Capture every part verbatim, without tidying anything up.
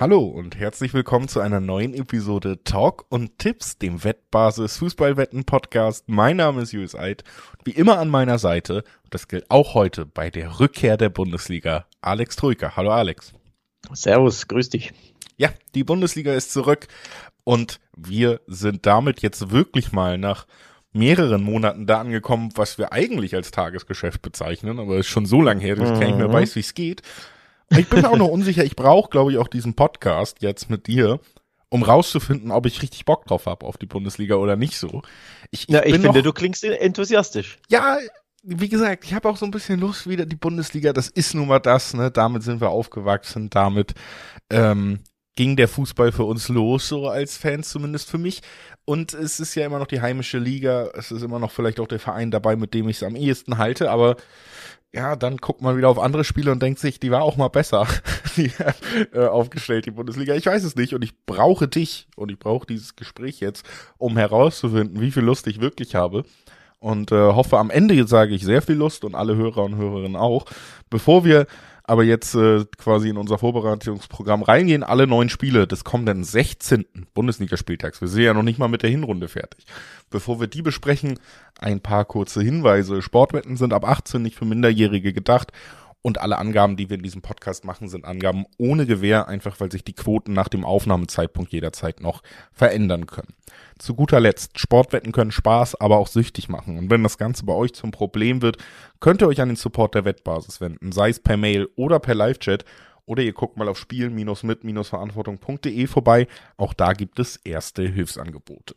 Hallo und herzlich willkommen zu einer neuen Episode Talk und Tipps, dem Wettbasis Fußballwetten Podcast. Mein Name ist Julius Eid, wie immer an meiner Seite, und das gilt auch heute bei der Rückkehr der Bundesliga, Alex Troika. Hallo Alex. Servus, grüß dich. Ja, die Bundesliga ist zurück und wir sind damit jetzt wirklich mal nach mehreren Monaten da angekommen, was wir eigentlich als Tagesgeschäft bezeichnen, aber es ist schon so lange her, dass ich gar nicht mehr weiß, wie es geht. Ich bin mir auch noch unsicher, ich brauche, glaube ich, auch diesen Podcast jetzt mit dir, um rauszufinden, ob ich richtig Bock drauf habe auf die Bundesliga oder nicht so. Ich, ich, ja, ich bin finde, noch, du klingst enthusiastisch. Ja, wie gesagt, ich habe auch so ein bisschen Lust wieder, die Bundesliga, das ist nun mal das, ne, damit sind wir aufgewachsen, damit ähm, ging der Fußball für uns los, so als Fans zumindest für mich. Und es ist ja immer noch die heimische Liga, es ist immer noch vielleicht auch der Verein dabei, mit dem ich es am ehesten halte, aber ja, dann guckt man wieder auf andere Spiele und denkt sich, die war auch mal besser die, äh, aufgestellt, die Bundesliga. Ich weiß es nicht und ich brauche dich und ich brauche dieses Gespräch jetzt, um herauszufinden, wie viel Lust ich wirklich habe. Und äh, hoffe, am Ende sage ich sehr viel Lust und alle Hörer und Hörerinnen auch. Bevor wir aber jetzt äh, quasi in unser Vorbereitungsprogramm reingehen, alle neun Spiele des kommenden sechzehnten Bundesligaspieltags. Wir sind ja noch nicht mal mit der Hinrunde fertig. Bevor wir die besprechen, ein paar kurze Hinweise. Sportwetten sind ab achtzehn nicht für Minderjährige gedacht. Und alle Angaben, die wir in diesem Podcast machen, sind Angaben ohne Gewähr, einfach weil sich die Quoten nach dem Aufnahmezeitpunkt jederzeit noch verändern können. Zu guter Letzt, Sportwetten können Spaß, aber auch süchtig machen. Und wenn das Ganze bei euch zum Problem wird, könnt ihr euch an den Support der Wettbasis wenden, sei es per Mail oder per Live-Chat. Oder ihr guckt mal auf spielen-mit-verantwortung punkt de vorbei. Auch da gibt es erste Hilfsangebote.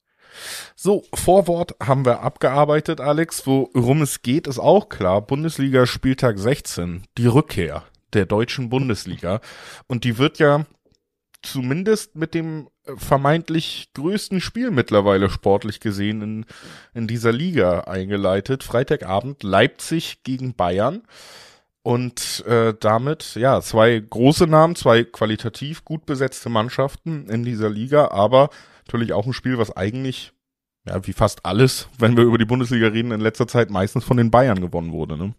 So, Vorwort haben wir abgearbeitet, Alex. Worum es geht, ist auch klar. Bundesliga Spieltag sechzehn, die Rückkehr der deutschen Bundesliga. Und die wird ja zumindest mit dem vermeintlich größten Spiel mittlerweile sportlich gesehen in, in dieser Liga eingeleitet. Freitagabend Leipzig gegen Bayern. Und äh, damit, ja, zwei große Namen, zwei qualitativ gut besetzte Mannschaften in dieser Liga, aber natürlich auch ein Spiel, was eigentlich, ja, wie fast alles, wenn wir über die Bundesliga reden, in letzter Zeit meistens von den Bayern gewonnen wurde, ne?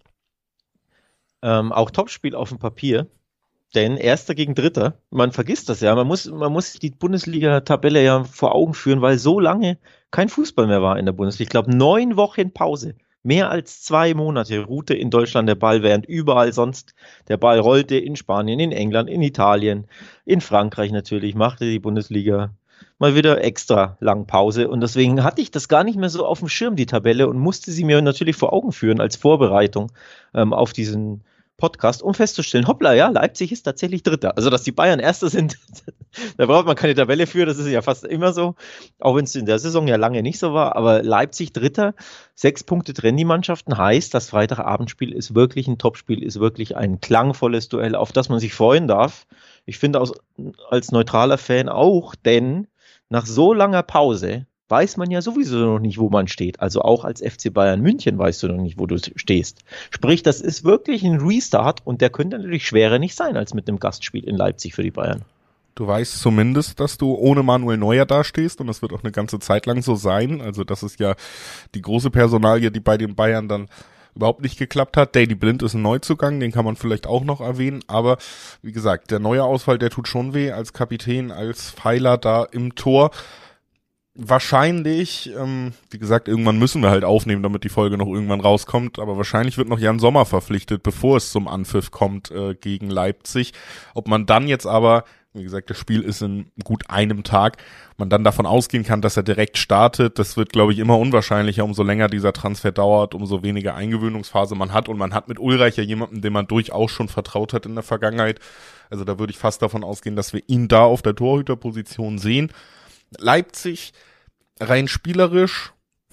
Ähm, auch Topspiel auf dem Papier, denn Erster gegen Dritter, man vergisst das ja, man muss, man muss die Bundesliga-Tabelle ja vor Augen führen, weil so lange kein Fußball mehr war in der Bundesliga. Ich glaube, neun Wochen Pause. Mehr als zwei Monate ruhte in Deutschland der Ball, während überall sonst der Ball rollte, in Spanien, in England, in Italien, in Frankreich natürlich, machte die Bundesliga mal wieder extra lang Pause. Und deswegen hatte ich das gar nicht mehr so auf dem Schirm, die Tabelle, und musste sie mir natürlich vor Augen führen als Vorbereitung ähm, auf diesen Podcast, um festzustellen, hoppla, ja, Leipzig ist tatsächlich Dritter. Also, dass die Bayern Erster sind, da braucht man keine Tabelle für, das ist ja fast immer so, auch wenn es in der Saison ja lange nicht so war, aber Leipzig Dritter, sechs Punkte trennen die Mannschaften, heißt, das Freitagabendspiel ist wirklich ein Topspiel, ist wirklich ein klangvolles Duell, auf das man sich freuen darf. Ich finde aus, als neutraler Fan auch, denn nach so langer Pause weiß man ja sowieso noch nicht, wo man steht. Also auch als F C Bayern München weißt du noch nicht, wo du stehst. Sprich, das ist wirklich ein Restart und der könnte natürlich schwerer nicht sein als mit einem Gastspiel in Leipzig für die Bayern. Du weißt zumindest, dass du ohne Manuel Neuer dastehst und das wird auch eine ganze Zeit lang so sein. Also das ist ja die große Personalie, die bei den Bayern dann überhaupt nicht geklappt hat. Daley Blind ist ein Neuzugang, den kann man vielleicht auch noch erwähnen, aber wie gesagt, der neue Ausfall, der tut schon weh als Kapitän, als Pfeiler da im Tor. Wahrscheinlich, ähm, wie gesagt, irgendwann müssen wir halt aufnehmen, damit die Folge noch irgendwann rauskommt, aber wahrscheinlich wird noch Jan Sommer verpflichtet, bevor es zum Anpfiff kommt äh, gegen Leipzig. Ob man dann jetzt aber, wie gesagt, das Spiel ist in gut einem Tag, man dann davon ausgehen kann, dass er direkt startet, das wird, glaube ich, immer unwahrscheinlicher, umso länger dieser Transfer dauert, umso weniger Eingewöhnungsphase man hat und man hat mit Ulreich ja jemanden, dem man durchaus schon vertraut hat in der Vergangenheit. Also da würde ich fast davon ausgehen, dass wir ihn da auf der Torhüterposition sehen. Leipzig rein spielerisch,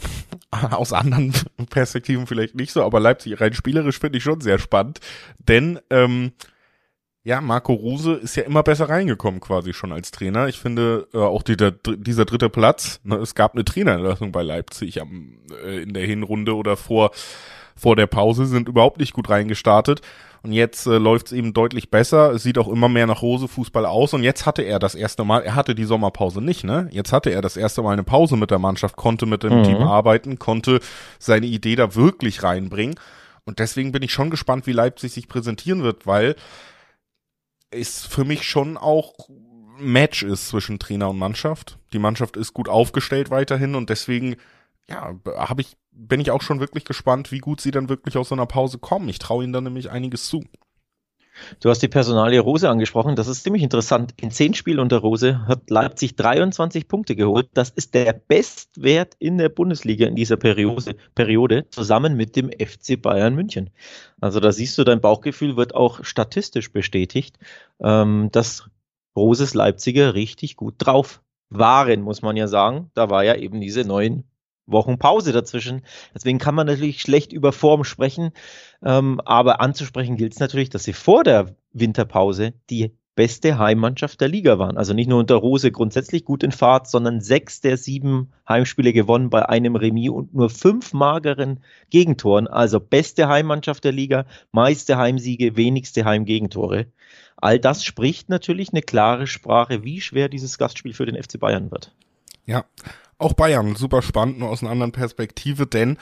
aus anderen Perspektiven vielleicht nicht so, aber Leipzig rein spielerisch finde ich schon sehr spannend, denn ähm, ja, Marco Rose ist ja immer besser reingekommen quasi schon als Trainer. Ich finde äh, auch die, der, dieser dritte Platz, ne, es gab eine Trainerentlassung bei Leipzig am, äh, in der Hinrunde oder vor vor der Pause, sind überhaupt nicht gut reingestartet. Und jetzt äh, läuft es eben deutlich besser. Es sieht auch immer mehr nach Rose-Fußball aus. Und jetzt hatte er das erste Mal, er hatte die Sommerpause nicht, ne? Jetzt hatte er das erste Mal eine Pause mit der Mannschaft, konnte mit dem mhm. Team arbeiten, konnte seine Idee da wirklich reinbringen. Und deswegen bin ich schon gespannt, wie Leipzig sich präsentieren wird, weil ist für mich schon auch Match ist zwischen Trainer und Mannschaft. Die Mannschaft ist gut aufgestellt weiterhin und deswegen, ja, habe ich, bin ich auch schon wirklich gespannt, wie gut sie dann wirklich aus so einer Pause kommen. Ich traue ihnen dann nämlich einiges zu. Du hast die Personalie Rose angesprochen. Das ist ziemlich interessant. In zehn Spielen unter Rose hat Leipzig dreiundzwanzig Punkte geholt. Das ist der Bestwert in der Bundesliga in dieser Periode, Periode zusammen mit dem F C Bayern München. Also da siehst du, dein Bauchgefühl wird auch statistisch bestätigt, ähm, dass Roses Leipziger richtig gut drauf waren, muss man ja sagen. Da war ja eben diese neuen Wochen Pause dazwischen. Deswegen kann man natürlich schlecht über Form sprechen. Ähm, aber anzusprechen gilt es natürlich, dass sie vor der Winterpause die beste Heimmannschaft der Liga waren. Also nicht nur unter Rose grundsätzlich gut in Fahrt, sondern sechs der sieben Heimspiele gewonnen bei einem Remis und nur fünf mageren Gegentoren. Also beste Heimmannschaft der Liga, meiste Heimsiege, wenigste Heimgegentore. All das spricht natürlich eine klare Sprache, wie schwer dieses Gastspiel für den F C Bayern wird. Ja, auch Bayern, super spannend, nur aus einer anderen Perspektive, denn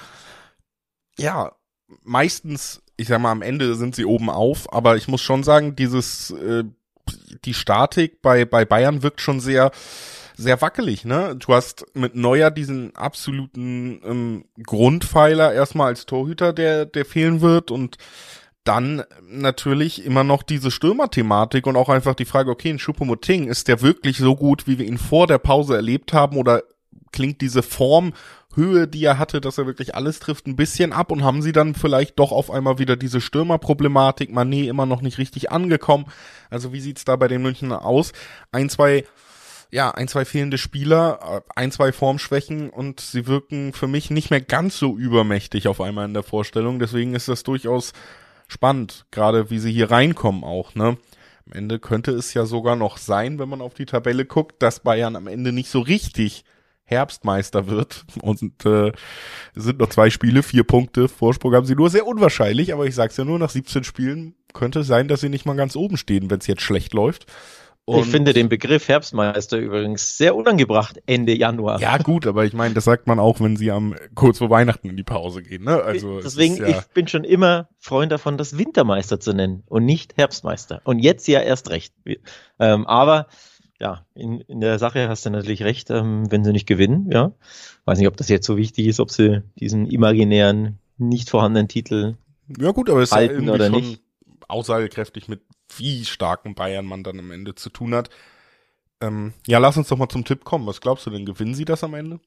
ja, meistens, ich sag mal, am Ende sind sie oben auf, aber ich muss schon sagen, dieses, äh, die Statik bei, bei Bayern wirkt schon sehr, sehr wackelig, ne? Du hast mit Neuer diesen absoluten ähm, Grundpfeiler erstmal als Torhüter, der, der fehlen wird und dann natürlich immer noch diese Stürmer-Thematik und auch einfach die Frage, okay, ein Choupo-Moting, ist der wirklich so gut, wie wir ihn vor der Pause erlebt haben oder klingt diese Formhöhe, die er hatte, dass er wirklich alles trifft, ein bisschen ab und haben sie dann vielleicht doch auf einmal wieder diese Stürmerproblematik, Mané immer noch nicht richtig angekommen. Also wie sieht's da bei den Münchnern aus? Ein, zwei, ja, ein, zwei fehlende Spieler, ein, zwei Formschwächen und sie wirken für mich nicht mehr ganz so übermächtig auf einmal in der Vorstellung. Deswegen ist das durchaus spannend, gerade wie sie hier reinkommen auch, ne? Am Ende könnte es ja sogar noch sein, wenn man auf die Tabelle guckt, dass Bayern am Ende nicht so richtig Herbstmeister wird und äh, es sind noch zwei Spiele, vier Punkte Vorsprung haben sie nur, sehr unwahrscheinlich, aber ich sag's ja nur, nach siebzehn Spielen könnte es sein, dass sie nicht mal ganz oben stehen, wenn es jetzt schlecht läuft. Und ich finde den Begriff Herbstmeister übrigens sehr unangebracht Ende Januar. Ja gut, aber ich meine, das sagt man auch, wenn sie am kurz vor Weihnachten in die Pause gehen, ne? Also deswegen, ja, ich bin schon immer Freund davon, das Wintermeister zu nennen und nicht Herbstmeister. Und jetzt ja erst recht. Ähm, aber ja, in, in der Sache hast du natürlich recht, ähm, wenn sie nicht gewinnen, ja. Weiß nicht, ob das jetzt so wichtig ist, ob sie diesen imaginären, nicht vorhandenen Titel ja gut, aber es halten ist ja oder schon nicht. Aussagekräftig, mit wie starken Bayern man dann am Ende zu tun hat. Ähm, ja, lass uns doch mal zum Tipp kommen. Was glaubst du denn, gewinnen sie das am Ende?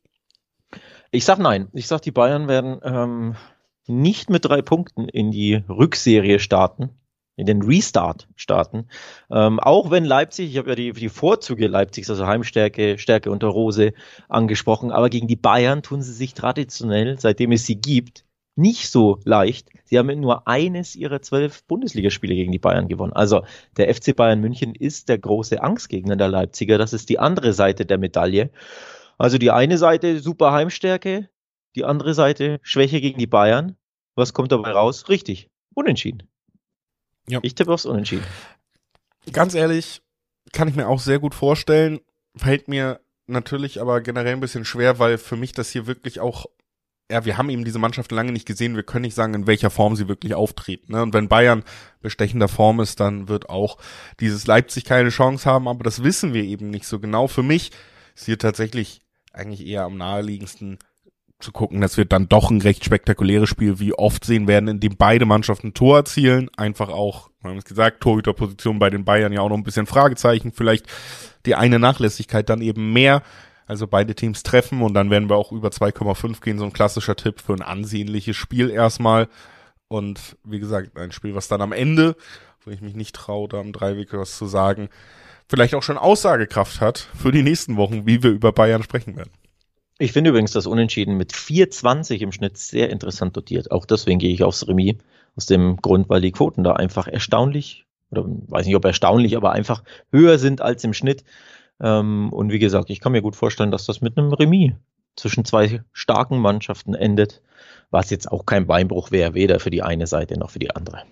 Ich sag nein. Ich sag, die Bayern werden ähm, nicht mit drei Punkten in die Rückserie starten, in den Restart starten. Ähm, auch wenn Leipzig, ich habe ja die, die Vorzüge Leipzigs, also Heimstärke, Stärke unter Rose angesprochen, aber gegen die Bayern tun sie sich traditionell, seitdem es sie gibt, nicht so leicht. Sie haben nur eines ihrer zwölf Bundesligaspiele gegen die Bayern gewonnen. Also der F C Bayern München ist der große Angstgegner der Leipziger. Das ist die andere Seite der Medaille. Also die eine Seite super Heimstärke, die andere Seite Schwäche gegen die Bayern. Was kommt dabei raus? Richtig, Unentschieden. Ja. Ich tippe aufs Unentschieden. Ganz ehrlich, kann ich mir auch sehr gut vorstellen. Fällt mir natürlich aber generell ein bisschen schwer, weil für mich das hier wirklich auch, ja, wir haben eben diese Mannschaft lange nicht gesehen. Wir können nicht sagen, in welcher Form sie wirklich auftreten, ne? Und wenn Bayern bestechender Form ist, dann wird auch dieses Leipzig keine Chance haben, aber das wissen wir eben nicht so genau. Für mich ist hier tatsächlich eigentlich eher am naheliegendsten zu gucken, dass wir dann doch ein recht spektakuläres Spiel wie oft sehen werden, in dem beide Mannschaften ein Tor erzielen. Einfach auch, wir haben es gesagt, Torhüterposition bei den Bayern ja auch noch ein bisschen Fragezeichen. Vielleicht die eine Nachlässigkeit dann eben mehr. Also beide Teams treffen und dann werden wir auch über zwei Komma fünf gehen. So ein klassischer Tipp für ein ansehnliches Spiel erstmal. Und wie gesagt, ein Spiel, was dann am Ende, wo ich mich nicht traue, da am Dreiweg was zu sagen, vielleicht auch schon Aussagekraft hat für die nächsten Wochen, wie wir über Bayern sprechen werden. Ich finde übrigens das Unentschieden mit vier zwanzig im Schnitt sehr interessant dotiert. Auch deswegen gehe ich aufs Remis. Aus dem Grund, weil die Quoten da einfach erstaunlich, oder weiß nicht ob erstaunlich, aber einfach höher sind als im Schnitt. Und wie gesagt, ich kann mir gut vorstellen, dass das mit einem Remis zwischen zwei starken Mannschaften endet, was jetzt auch kein Beinbruch wäre, weder für die eine Seite noch für die andere.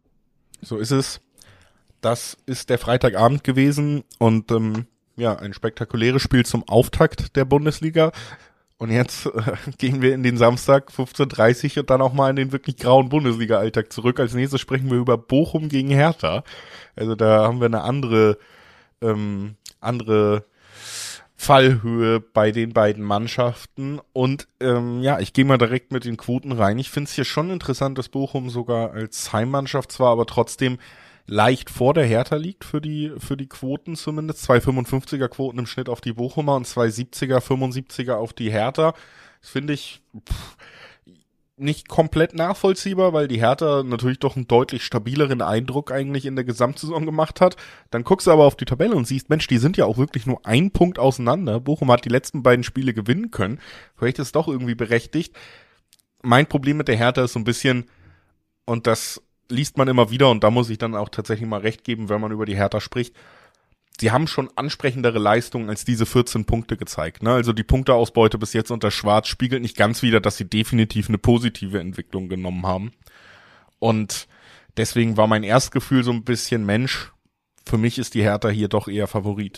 So ist es. Das ist der Freitagabend gewesen und ähm, ja, ein spektakuläres Spiel zum Auftakt der Bundesliga. Und jetzt äh, gehen wir in den Samstag fünfzehn Uhr dreißig und dann auch mal in den wirklich grauen Bundesliga-Alltag zurück. Als nächstes sprechen wir über Bochum gegen Hertha. Also da haben wir eine andere, ähm, andere Fallhöhe bei den beiden Mannschaften. Und ähm, ja, ich gehe mal direkt mit den Quoten rein. Ich finde es hier schon interessant, dass Bochum sogar als Heimmannschaft zwar, aber trotzdem leicht vor der Hertha liegt für die für die Quoten zumindest. Zwei fünfundfünfziger Quoten im Schnitt auf die Bochumer und zwei siebziger, fünfundsiebziger auf die Hertha. Das finde ich pff, nicht komplett nachvollziehbar, weil die Hertha natürlich doch einen deutlich stabileren Eindruck eigentlich in der Gesamtsaison gemacht hat. Dann guckst du aber auf die Tabelle und siehst, Mensch, die sind ja auch wirklich nur ein Punkt auseinander. Bochum hat die letzten beiden Spiele gewinnen können. Vielleicht ist es doch irgendwie berechtigt. Mein Problem mit der Hertha ist so ein bisschen, und das liest man immer wieder, und da muss ich dann auch tatsächlich mal recht geben, wenn man über die Hertha spricht. Sie haben schon ansprechendere Leistungen als diese vierzehn Punkte gezeigt. Ne? Also die Punkteausbeute bis jetzt unter Schwarz spiegelt nicht ganz wider, dass sie definitiv eine positive Entwicklung genommen haben. Und deswegen war mein Erstgefühl so ein bisschen, Mensch, für mich ist die Hertha hier doch eher Favorit.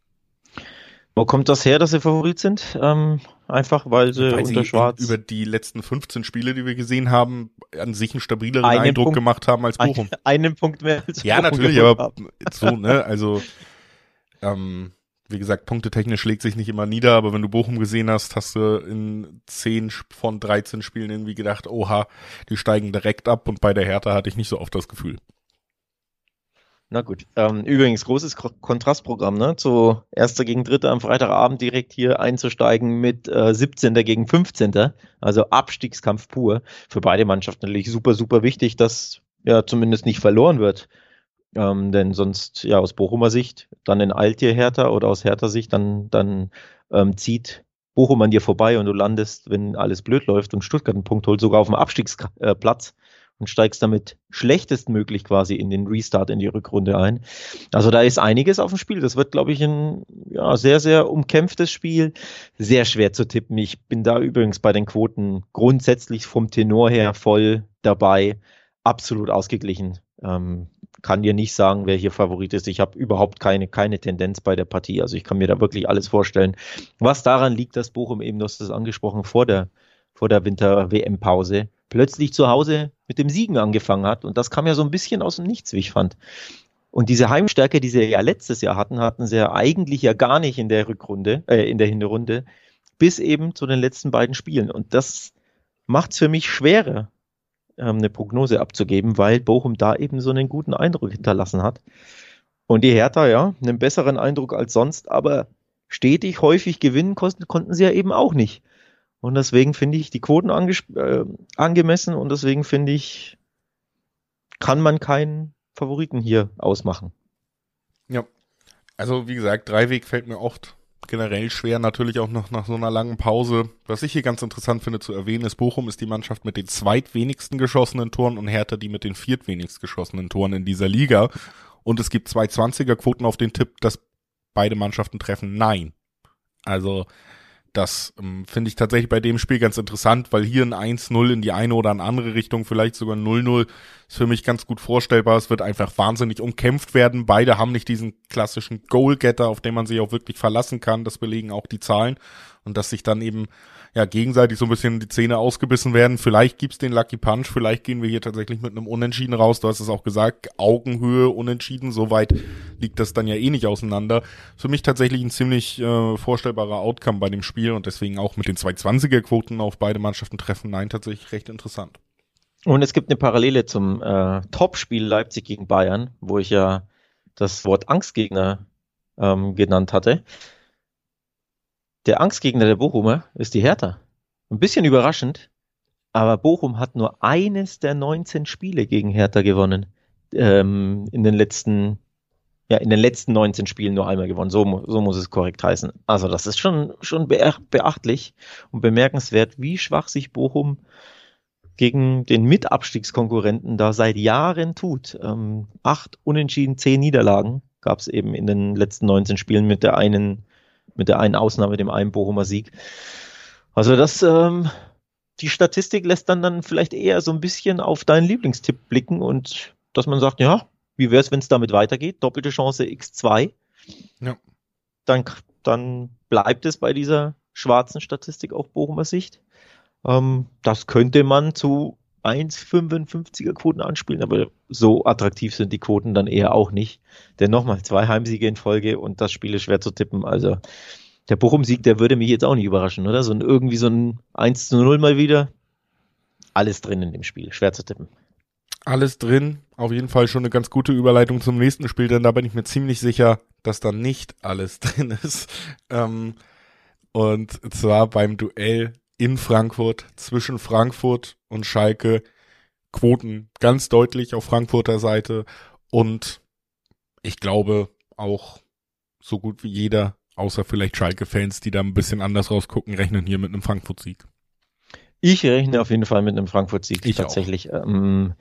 Wo kommt das her, dass sie Favorit sind? Ähm, einfach, weil sie weil unter sie Schwarz in, über die letzten fünfzehn Spiele, die wir gesehen haben, an sich einen stabileren einen Eindruck Punkt, gemacht haben als Bochum. Ein, einen Punkt mehr als Ja, Bochum natürlich, geholt aber haben. so, ne, also ähm, wie gesagt, punktetechnisch schlägt sich nicht immer nieder, aber wenn du Bochum gesehen hast, hast du in zehn von dreizehn Spielen irgendwie gedacht, oha, die steigen direkt ab, und bei der Hertha hatte ich nicht so oft das Gefühl. Na gut. Ähm, übrigens, großes Ko- Kontrastprogramm, ne? Zu Erster gegen Dritter am Freitagabend direkt hier einzusteigen mit äh, siebzehnter gegen fünfzehnter Also Abstiegskampf pur. Für beide Mannschaften natürlich super, super wichtig, dass ja zumindest nicht verloren wird. Ähm, denn sonst, ja, aus Bochumer Sicht, dann in Altier Hertha oder aus Hertha Sicht, dann, dann ähm, zieht Bochum an dir vorbei und du landest, wenn alles blöd läuft und Stuttgart einen Punkt holt, sogar auf dem Abstiegsplatz und steigst damit schlechtestmöglich quasi in den Restart in die Rückrunde ein. Also da ist einiges auf dem Spiel. Das wird, glaube ich, ein ja, sehr, sehr umkämpftes Spiel. Sehr schwer zu tippen. Ich bin da übrigens bei den Quoten grundsätzlich vom Tenor her voll dabei. Absolut ausgeglichen. Ähm, kann dir nicht sagen, wer hier Favorit ist. Ich habe überhaupt keine, keine Tendenz bei der Partie. Also ich kann mir da wirklich alles vorstellen. Was daran liegt, dass Bochum eben, du hast es angesprochen, vor der, vor der Winter-W M-Pause plötzlich zu Hause mit dem Siegen angefangen hat. Und das kam ja so ein bisschen aus dem Nichts, wie ich fand. Und diese Heimstärke, die sie ja letztes Jahr hatten, hatten sie ja eigentlich ja gar nicht in der Rückrunde, äh, in der Hinrunde, bis eben zu den letzten beiden Spielen. Und das macht es für mich schwerer, ähm, eine Prognose abzugeben, weil Bochum da eben so einen guten Eindruck hinterlassen hat. Und die Hertha, ja, einen besseren Eindruck als sonst, aber stetig häufig gewinnen konnten, konnten sie ja eben auch nicht. Und deswegen finde ich die Quoten anges- äh, angemessen und deswegen finde ich, kann man keinen Favoriten hier ausmachen. Ja, also wie gesagt, Dreiweg fällt mir oft generell schwer, natürlich auch noch nach so einer langen Pause. Was ich hier ganz interessant finde zu erwähnen, ist, Bochum ist die Mannschaft mit den zweitwenigsten geschossenen Toren und Hertha die mit den viertwenigst geschossenen Toren in dieser Liga. Und es gibt zwei zwanziger-Quoten auf den Tipp, dass beide Mannschaften treffen. Nein. Also das ähm, finde ich tatsächlich bei dem Spiel ganz interessant, weil hier ein eins null in die eine oder in andere Richtung, vielleicht sogar ein null null, ist für mich ganz gut vorstellbar. Es wird einfach wahnsinnig umkämpft werden. Beide haben nicht diesen klassischen Goalgetter, auf den man sich auch wirklich verlassen kann. Das belegen auch die Zahlen. Und dass sich dann eben ja gegenseitig so ein bisschen die Zähne ausgebissen werden. Vielleicht gibt's den Lucky Punch, vielleicht gehen wir hier tatsächlich mit einem Unentschieden raus. Du hast es auch gesagt, Augenhöhe, Unentschieden, so weit liegt das dann ja eh nicht auseinander. Für mich tatsächlich ein ziemlich äh, vorstellbarer Outcome bei dem Spiel und deswegen auch mit den zwei zwanziger-Quoten auf beide Mannschaften treffen. Nein, tatsächlich recht interessant. Und es gibt eine Parallele zum äh, Topspiel Leipzig gegen Bayern, wo ich ja das Wort Angstgegner ähm, genannt hatte. Der Angstgegner der Bochumer ist die Hertha. Ein bisschen überraschend, aber Bochum hat nur eines der neunzehn Spiele gegen Hertha gewonnen. Ähm, in den letzten, ja, in den letzten neunzehn Spielen nur einmal gewonnen. So, so muss es korrekt heißen. Also das ist schon, schon beachtlich und bemerkenswert, wie schwach sich Bochum gegen den Mitabstiegskonkurrenten da seit Jahren tut. Ähm, acht Unentschieden, zehn Niederlagen gab es eben in den letzten neunzehn Spielen mit der einen mit der einen Ausnahme, dem einen Bochumer Sieg. Also das, ähm, die Statistik lässt dann dann vielleicht eher so ein bisschen auf deinen Lieblingstipp blicken und dass man sagt, ja, wie wäre es, wenn es damit weitergeht? Doppelte Chance X zwei. Ja. Dann, dann bleibt es bei dieser schwarzen Statistik auf Bochumer Sicht. Ähm, das könnte man zu eins Komma fünfundfünfziger Quoten anspielen, aber so attraktiv sind die Quoten dann eher auch nicht. Denn nochmal, zwei Heimsiege in Folge und das Spiel ist schwer zu tippen. Also der Bochum-Sieg, der würde mich jetzt auch nicht überraschen, oder? So ein, irgendwie so ein eins zu null mal wieder. Alles drin in dem Spiel, schwer zu tippen. Alles drin, auf jeden Fall schon eine ganz gute Überleitung zum nächsten Spiel, denn da bin ich mir ziemlich sicher, dass da nicht alles drin ist. Ähm, und zwar beim Duell in Frankfurt, zwischen Frankfurt und Schalke, Quoten ganz deutlich auf Frankfurter Seite und ich glaube auch so gut wie jeder, außer vielleicht Schalke-Fans, die da ein bisschen anders rausgucken, rechnen hier mit einem Frankfurt-Sieg. Ich rechne auf jeden Fall mit einem Frankfurt-Sieg Ich tatsächlich. Ähm,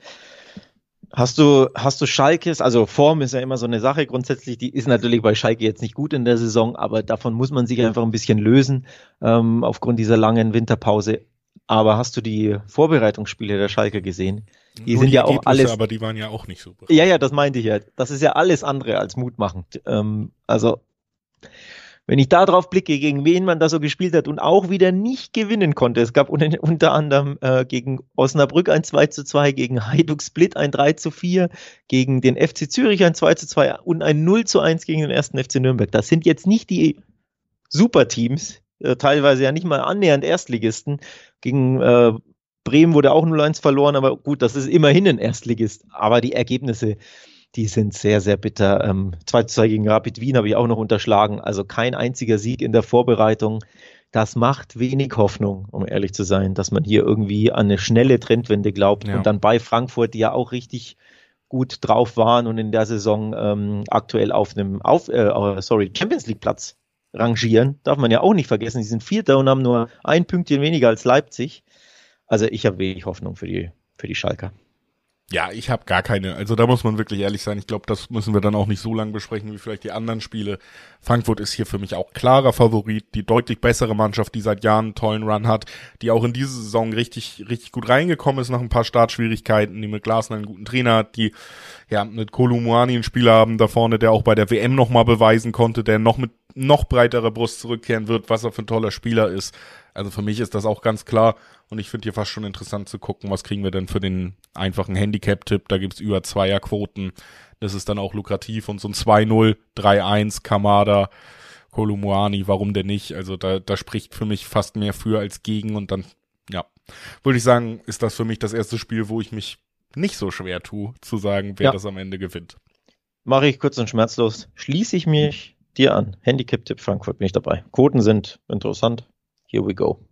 hast du, hast du Schalkes, also Form ist ja immer so eine Sache grundsätzlich, die ist natürlich bei Schalke jetzt nicht gut in der Saison, aber davon muss man sich einfach ein bisschen lösen, ähm, aufgrund dieser langen Winterpause. Aber hast du die Vorbereitungsspiele der Schalke gesehen? Die Nur sind die ja auch Ergebnisse, alles, aber die waren ja auch nicht so. ja, ja, das meinte ich ja. Das ist ja alles andere als mutmachend. Ähm, also, wenn ich da drauf blicke, gegen wen man da so gespielt hat und auch wieder nicht gewinnen konnte. Es gab un- unter anderem äh, gegen Osnabrück ein zwei zu zwei, gegen Hajduk Split ein drei zu vier, gegen den F C Zürich ein zwei zu zwei und ein null zu eins gegen den ersten F C Nürnberg. Das sind jetzt nicht die Superteams, äh, teilweise ja nicht mal annähernd Erstligisten. Gegen äh, Bremen wurde auch null eins verloren, aber gut, das ist immerhin ein Erstligist. Aber die Ergebnisse, die sind sehr, sehr bitter. Ähm, zwei zu zwei gegen Rapid Wien habe ich auch noch unterschlagen. Also kein einziger Sieg in der Vorbereitung. Das macht wenig Hoffnung, um ehrlich zu sein, dass man hier irgendwie an eine schnelle Trendwende glaubt. Ja. Und dann bei Frankfurt, die ja auch richtig gut drauf waren und in der Saison ähm, aktuell auf einem auf, äh, sorry, Champions League Platz rangieren, darf man ja auch nicht vergessen. Sie sind Vierter und haben nur ein Pünktchen weniger als Leipzig. Also ich habe wenig Hoffnung für die, für die Schalker. Ja, ich habe gar keine. Also da muss man wirklich ehrlich sein. Ich glaube, das müssen wir dann auch nicht so lange besprechen wie vielleicht die anderen Spiele. Frankfurt ist hier für mich auch klarer Favorit, die deutlich bessere Mannschaft, die seit Jahren einen tollen Run hat, die auch in diese Saison richtig richtig gut reingekommen ist nach ein paar Startschwierigkeiten, die mit Glasner einen guten Trainer hat, die ja mit Kolo Muani einen Spieler haben da vorne, der auch bei der W M nochmal beweisen konnte, der noch mit noch breiterer Brust zurückkehren wird, was er für ein toller Spieler ist. Also für mich ist das auch ganz klar und ich finde hier fast schon interessant zu gucken, was kriegen wir denn für den einfachen Handicap-Tipp. Da gibt's über Zweierquoten, das ist dann auch lukrativ und so ein zwei null, drei eins, Kamada, Kolo Muani, warum denn nicht? Also da, da spricht für mich fast mehr für als gegen und dann, ja, würde ich sagen, ist das für mich das erste Spiel, wo ich mich nicht so schwer tue, zu sagen, wer Ja. das am Ende gewinnt. Mache ich kurz und schmerzlos. Schließe ich mich dir an. Handicap-Tipp Frankfurt bin ich dabei. Quoten sind interessant. Here we go.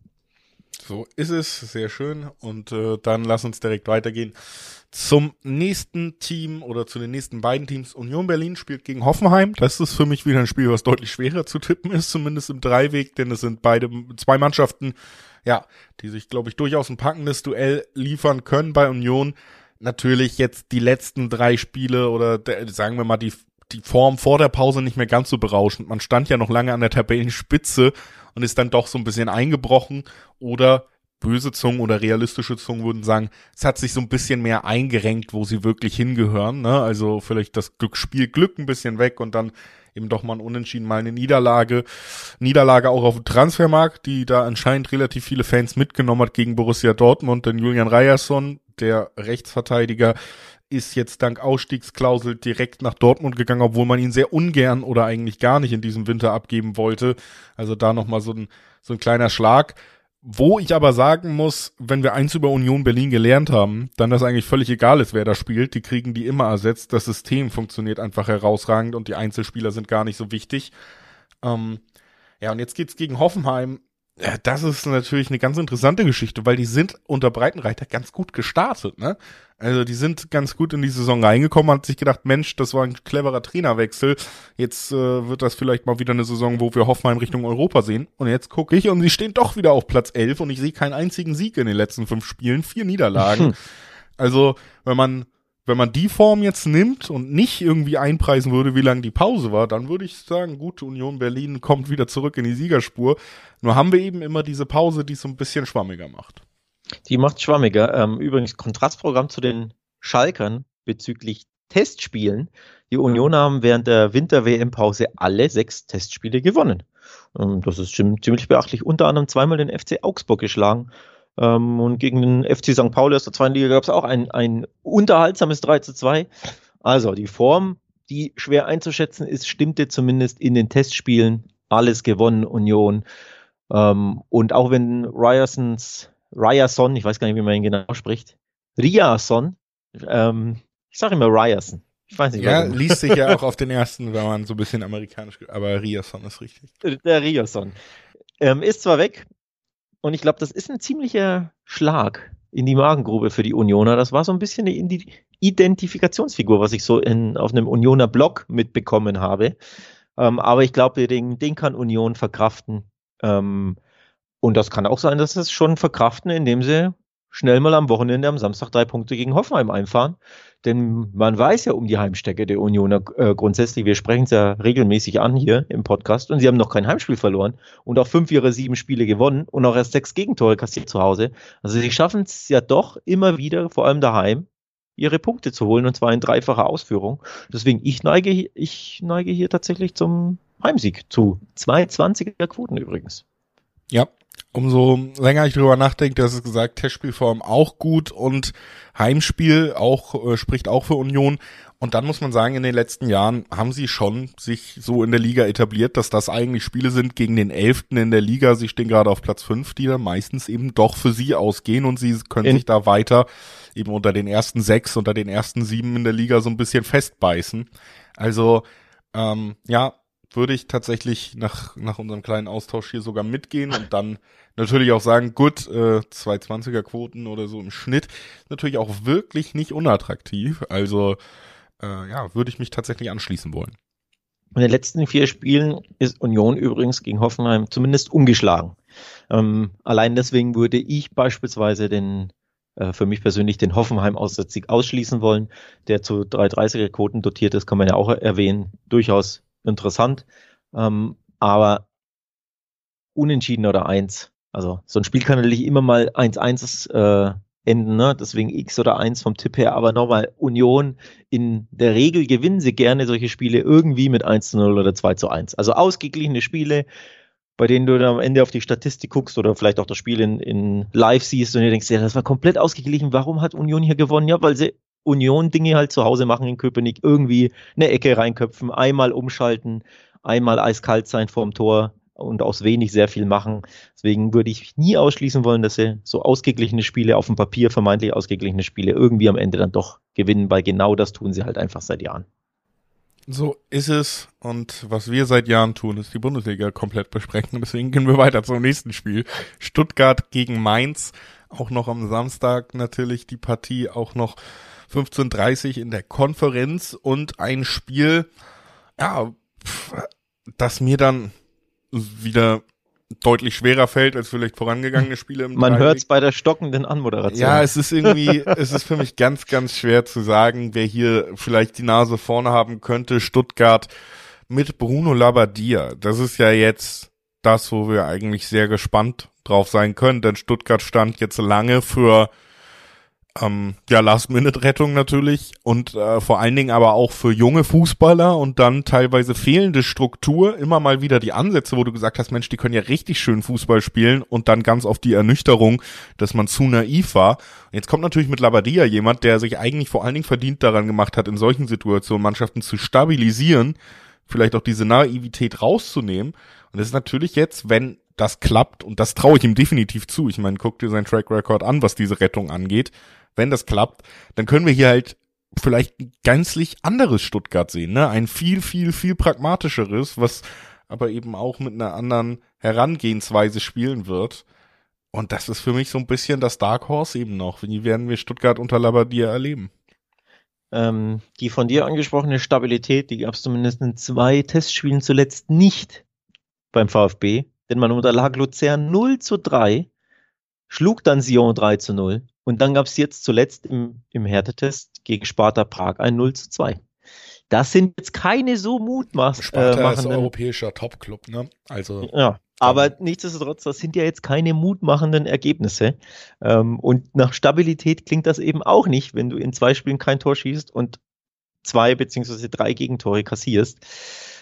So ist es, sehr schön. Und äh, dann lass uns direkt weitergehen zum nächsten Team oder zu den nächsten beiden Teams. Union Berlin spielt gegen Hoffenheim. Das ist für mich wieder ein Spiel, was deutlich schwerer zu tippen ist, zumindest im Dreiweg, denn es sind beide zwei Mannschaften, ja, die sich, glaube ich, durchaus ein packendes Duell liefern können bei Union. Natürlich jetzt die letzten drei Spiele oder der, sagen wir mal die die Form vor der Pause nicht mehr ganz so berauschend. Man stand ja noch lange an der Tabellenspitze und ist dann doch so ein bisschen eingebrochen oder böse Zungen oder realistische Zungen würden sagen, es hat sich so ein bisschen mehr eingerenkt, wo sie wirklich hingehören, ne? Also vielleicht das Glück, Spiel Glück ein bisschen weg und dann eben doch mal ein Unentschieden, mal eine Niederlage. Niederlage auch auf dem Transfermarkt, die da anscheinend relativ viele Fans mitgenommen hat gegen Borussia Dortmund, denn Julian Ryerson, der Rechtsverteidiger, ist jetzt dank Ausstiegsklausel direkt nach Dortmund gegangen, obwohl man ihn sehr ungern oder eigentlich gar nicht in diesem Winter abgeben wollte. Also da nochmal so ein, so ein kleiner Schlag. Wo ich aber sagen muss, wenn wir eins über Union Berlin gelernt haben, dann dass eigentlich völlig egal ist, wer da spielt. Die kriegen die immer ersetzt. Das System funktioniert einfach herausragend und die Einzelspieler sind gar nicht so wichtig. Ähm, ja, und jetzt geht's gegen Hoffenheim. Ja, das ist natürlich eine ganz interessante Geschichte, weil die sind unter Breitenreiter ganz gut gestartet, ne? Also die sind ganz gut in die Saison reingekommen, hat sich gedacht, Mensch, das war ein cleverer Trainerwechsel. Jetzt äh, wird das vielleicht mal wieder eine Saison, wo wir Hoffenheim Richtung Europa sehen. Und jetzt gucke ich und sie stehen doch wieder auf Platz elf und ich sehe keinen einzigen Sieg in den letzten fünf Spielen, vier Niederlagen. Also wenn man wenn man die Form jetzt nimmt und nicht irgendwie einpreisen würde, wie lange die Pause war, dann würde ich sagen, gut, Union Berlin kommt wieder zurück in die Siegerspur. Nur haben wir eben immer diese Pause, die es so ein bisschen schwammiger macht. Die macht schwammiger. Ähm, übrigens Kontrastprogramm zu den Schalkern bezüglich Testspielen. Die Union haben während der Winter-W M-Pause alle sechs Testspiele gewonnen. Ähm, das ist ziemlich beachtlich. Unter anderem zweimal den F C Augsburg geschlagen. Ähm, und gegen den F C Sankt Pauli aus der zweiten Liga gab es auch ein, ein unterhaltsames drei zu zwei. Also die Form, die schwer einzuschätzen ist, stimmte zumindest in den Testspielen. Alles gewonnen, Union. Ähm, und auch wenn Ryersons, Ryerson, ich weiß gar nicht, wie man ihn genau spricht, Ryerson, ähm, ich sage immer Ryerson. Ich weiß nicht, ja, warum. liest sich ja auch auf den ersten, wenn man so ein bisschen amerikanisch, aber Ryerson ist richtig. Der Ryerson. Ähm, ist zwar weg, und ich glaube, das ist ein ziemlicher Schlag in die Magengrube für die Unioner. Das war so ein bisschen eine Identifikationsfigur, was ich so in, auf einem Unioner Blog mitbekommen habe. Ähm, aber ich glaube, den, den kann Union verkraften. Ähm, und das kann auch sein, dass sie es schon verkraften, indem sie schnell mal am Wochenende, am Samstag drei Punkte gegen Hoffenheim einfahren. Denn man weiß ja um die Heimstärke der Unioner äh, grundsätzlich. Wir sprechen es ja regelmäßig an hier im Podcast. Und sie haben noch kein Heimspiel verloren und auch fünf ihrer sieben Spiele gewonnen und auch erst sechs Gegentore kassiert zu Hause. Also sie schaffen es ja doch immer wieder, vor allem daheim, ihre Punkte zu holen, und zwar in dreifacher Ausführung. Deswegen, ich neige, ich neige hier tatsächlich zum Heimsieg zu. zwei zwanziger Quoten übrigens. Ja, umso länger ich drüber nachdenke, das ist gesagt, Testspielform auch gut und Heimspiel auch äh, spricht auch für Union. Und dann muss man sagen, in den letzten Jahren haben sie schon sich so in der Liga etabliert, dass das eigentlich Spiele sind gegen den Elften in der Liga. Sie stehen gerade auf Platz fünf, die dann meistens eben doch für sie ausgehen und sie können in sich da weiter eben unter den ersten sechs, unter den ersten sieben in der Liga so ein bisschen festbeißen. Also, ähm, ja, würde ich tatsächlich nach nach unserem kleinen Austausch hier sogar mitgehen und dann natürlich auch sagen, gut, äh, zwei zwanziger Quoten oder so im Schnitt, natürlich auch wirklich nicht unattraktiv. Also, äh, ja, würde ich mich tatsächlich anschließen wollen. In den letzten vier Spielen ist Union übrigens gegen Hoffenheim zumindest ungeschlagen. Ähm, allein deswegen würde ich beispielsweise den äh, für mich persönlich den Hoffenheim-Auswärtssieg ausschließen wollen, der zu drei dreißiger Quoten dotiert ist, kann man ja auch erwähnen, durchaus interessant, ähm, aber unentschieden oder eins. Also so ein Spiel kann natürlich immer mal eins eins äh, enden, ne? Deswegen X oder eins vom Tipp her, aber nochmal Union, in der Regel gewinnen sie gerne solche Spiele irgendwie mit eins zu null oder zwei zu eins. Also ausgeglichene Spiele, bei denen du dann am Ende auf die Statistik guckst oder vielleicht auch das Spiel in, in live siehst und dir denkst, ja, das war komplett ausgeglichen, warum hat Union hier gewonnen? Ja, weil sie Union-Dinge halt zu Hause machen in Köpenick, irgendwie eine Ecke reinköpfen, einmal umschalten, einmal eiskalt sein vorm Tor und aus wenig sehr viel machen. Deswegen würde ich nie ausschließen wollen, dass sie so ausgeglichene Spiele auf dem Papier, vermeintlich ausgeglichene Spiele, irgendwie am Ende dann doch gewinnen, weil genau das tun sie halt einfach seit Jahren. So ist es. Und was wir seit Jahren tun, ist die Bundesliga komplett besprechen. Deswegen gehen wir weiter zum nächsten Spiel. Stuttgart gegen Mainz. Auch noch am Samstag natürlich die Partie, auch noch fünfzehn Uhr dreißig in der Konferenz und ein Spiel, ja, das mir dann wieder deutlich schwerer fällt als vielleicht vorangegangene Spiele im Man hört es bei der stockenden Anmoderation. Ja, es ist irgendwie, es ist für mich ganz, ganz schwer zu sagen, wer hier vielleicht die Nase vorne haben könnte. Stuttgart mit Bruno Labbadia. Das ist ja jetzt das, wo wir eigentlich sehr gespannt drauf sein können, denn Stuttgart stand jetzt lange für Ähm, ja, Last-Minute-Rettung natürlich und äh, vor allen Dingen aber auch für junge Fußballer und dann teilweise fehlende Struktur, immer mal wieder die Ansätze, wo du gesagt hast, Mensch, die können ja richtig schön Fußball spielen und dann ganz oft die Ernüchterung, dass man zu naiv war. Und jetzt kommt natürlich mit Labbadia jemand, der sich eigentlich vor allen Dingen verdient daran gemacht hat, in solchen Situationen Mannschaften zu stabilisieren, vielleicht auch diese Naivität rauszunehmen. Und das ist natürlich jetzt, wenn das klappt, und das traue ich ihm definitiv zu, ich meine, guck dir sein Track Record an, was diese Rettung angeht, wenn das klappt, dann können wir hier halt vielleicht ein gänzlich anderes Stuttgart sehen, ne? Ein viel, viel, viel pragmatischeres, was aber eben auch mit einer anderen Herangehensweise spielen wird. Und das ist für mich so ein bisschen das Dark Horse eben noch. Wie werden wir Stuttgart unter Labbadia erleben? Ähm, die von dir angesprochene Stabilität, die gab es zumindest in zwei Testspielen zuletzt nicht beim VfB, denn man unterlag Luzern null zu drei, schlug dann Sion drei zu null und dann gab es jetzt zuletzt im, im Härtetest gegen Sparta Prag ein null zu zwei. Das sind jetzt keine so mutmachenden... Sparta äh, ist europäischer Topclub, ne? Also... Ja, aber nichtsdestotrotz, das sind ja jetzt keine mutmachenden Ergebnisse. Ähm, und nach Stabilität klingt das eben auch nicht, wenn du in zwei Spielen kein Tor schießt und zwei beziehungsweise drei Gegentore kassierst.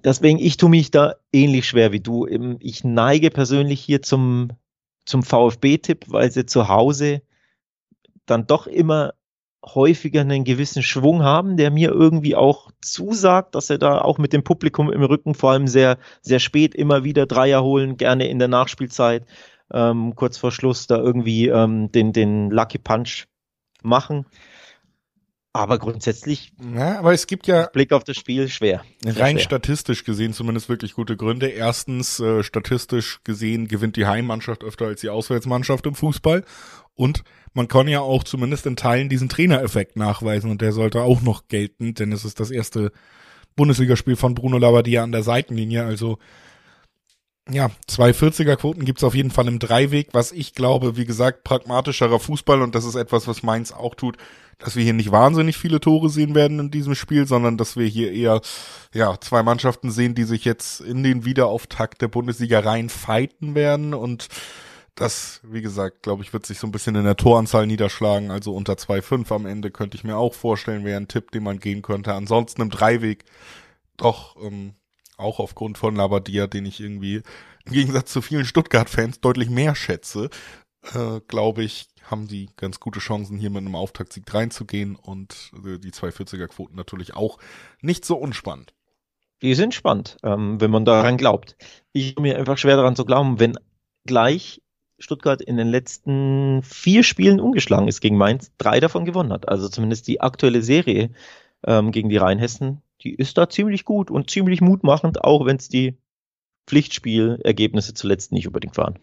deswegen, ich tue mich da ähnlich schwer wie du. Ich neige persönlich hier zum, zum VfB-Tipp, weil sie zu Hause dann doch immer häufiger einen gewissen Schwung haben, der mir irgendwie auch zusagt, dass sie da auch mit dem Publikum im Rücken vor allem sehr, sehr spät immer wieder Dreier holen, gerne in der Nachspielzeit, ähm, kurz vor Schluss da irgendwie ähm, den, den Lucky Punch machen. Aber grundsätzlich, ja, aber es gibt ja Blick auf das Spiel, schwer. rein schwer. statistisch gesehen zumindest wirklich gute Gründe. Erstens, äh, statistisch gesehen gewinnt die Heimmannschaft öfter als die Auswärtsmannschaft im Fußball. Und man kann ja auch zumindest in Teilen diesen Trainereffekt nachweisen und der sollte auch noch gelten, denn es ist das erste Bundesligaspiel von Bruno Labbadia an der Seitenlinie. Also ja, zwei vierziger-Quoten gibt's auf jeden Fall im Dreiweg, was ich glaube, wie gesagt, pragmatischerer Fußball und das ist etwas, was Mainz auch tut, dass wir hier nicht wahnsinnig viele Tore sehen werden in diesem Spiel, sondern dass wir hier eher ja zwei Mannschaften sehen, die sich jetzt in den Wiederauftakt der Bundesliga rein fighten werden und das, wie gesagt, glaube ich, wird sich so ein bisschen in der Toranzahl niederschlagen, also unter zwei Komma fünf am Ende könnte ich mir auch vorstellen, wäre ein Tipp, den man gehen könnte. Ansonsten im Dreiweg doch ähm, auch aufgrund von Labbadia, den ich irgendwie im Gegensatz zu vielen Stuttgart-Fans deutlich mehr schätze, äh, glaube ich, haben die ganz gute Chancen, hier mit einem Auftaktsieg reinzugehen und äh, die zwei vierziger-Quoten natürlich auch nicht so unspannend. Die sind spannend, ähm, wenn man daran glaubt. Ich tue mir einfach schwer daran zu glauben, wenn gleich Stuttgart in den letzten vier Spielen umgeschlagen ist gegen Mainz, drei davon gewonnen hat. Also zumindest die aktuelle Serie ähm, gegen die Rheinhessen, die ist da ziemlich gut und ziemlich mutmachend, auch wenn es die Pflichtspielergebnisse zuletzt nicht unbedingt waren.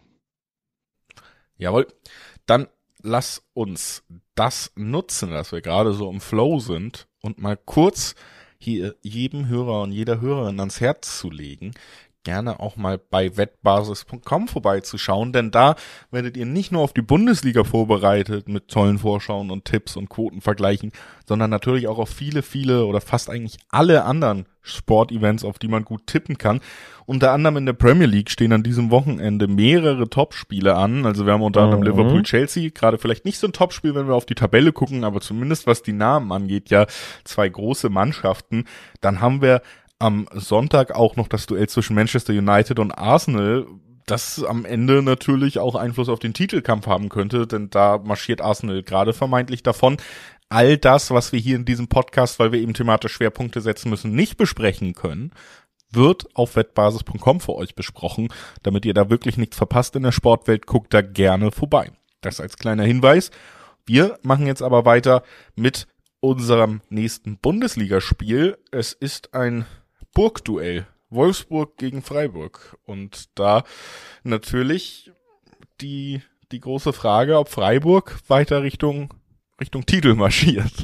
Jawohl, dann lass uns das nutzen, dass wir gerade so im Flow sind und mal kurz hier jedem Hörer und jeder Hörerin ans Herz zu legen, gerne auch mal bei wettbasis punkt com vorbeizuschauen, denn da werdet ihr nicht nur auf die Bundesliga vorbereitet mit tollen Vorschauen und Tipps und Quotenvergleichen, sondern natürlich auch auf viele, viele oder fast eigentlich alle anderen Sportevents, auf die man gut tippen kann. Unter anderem in der Premier League stehen an diesem Wochenende mehrere Topspiele an. Also wir haben unter anderem mhm. Liverpool-Chelsea, gerade vielleicht nicht so ein Topspiel, wenn wir auf die Tabelle gucken, aber zumindest was die Namen angeht, ja zwei große Mannschaften. Dann haben wir am Sonntag auch noch das Duell zwischen Manchester United und Arsenal, das am Ende natürlich auch Einfluss auf den Titelkampf haben könnte, denn da marschiert Arsenal gerade vermeintlich davon. All das, was wir hier in diesem Podcast, weil wir eben thematisch Schwerpunkte setzen müssen, nicht besprechen können, wird auf wettbasis punkt com für euch besprochen. Damit ihr da wirklich nichts verpasst in der Sportwelt, guckt da gerne vorbei. Das als kleiner Hinweis. Wir machen jetzt aber weiter mit unserem nächsten Bundesligaspiel. Es ist ein Burgduell. Wolfsburg gegen Freiburg. Und da natürlich die, die große Frage, ob Freiburg weiter Richtung, Richtung Titel marschiert.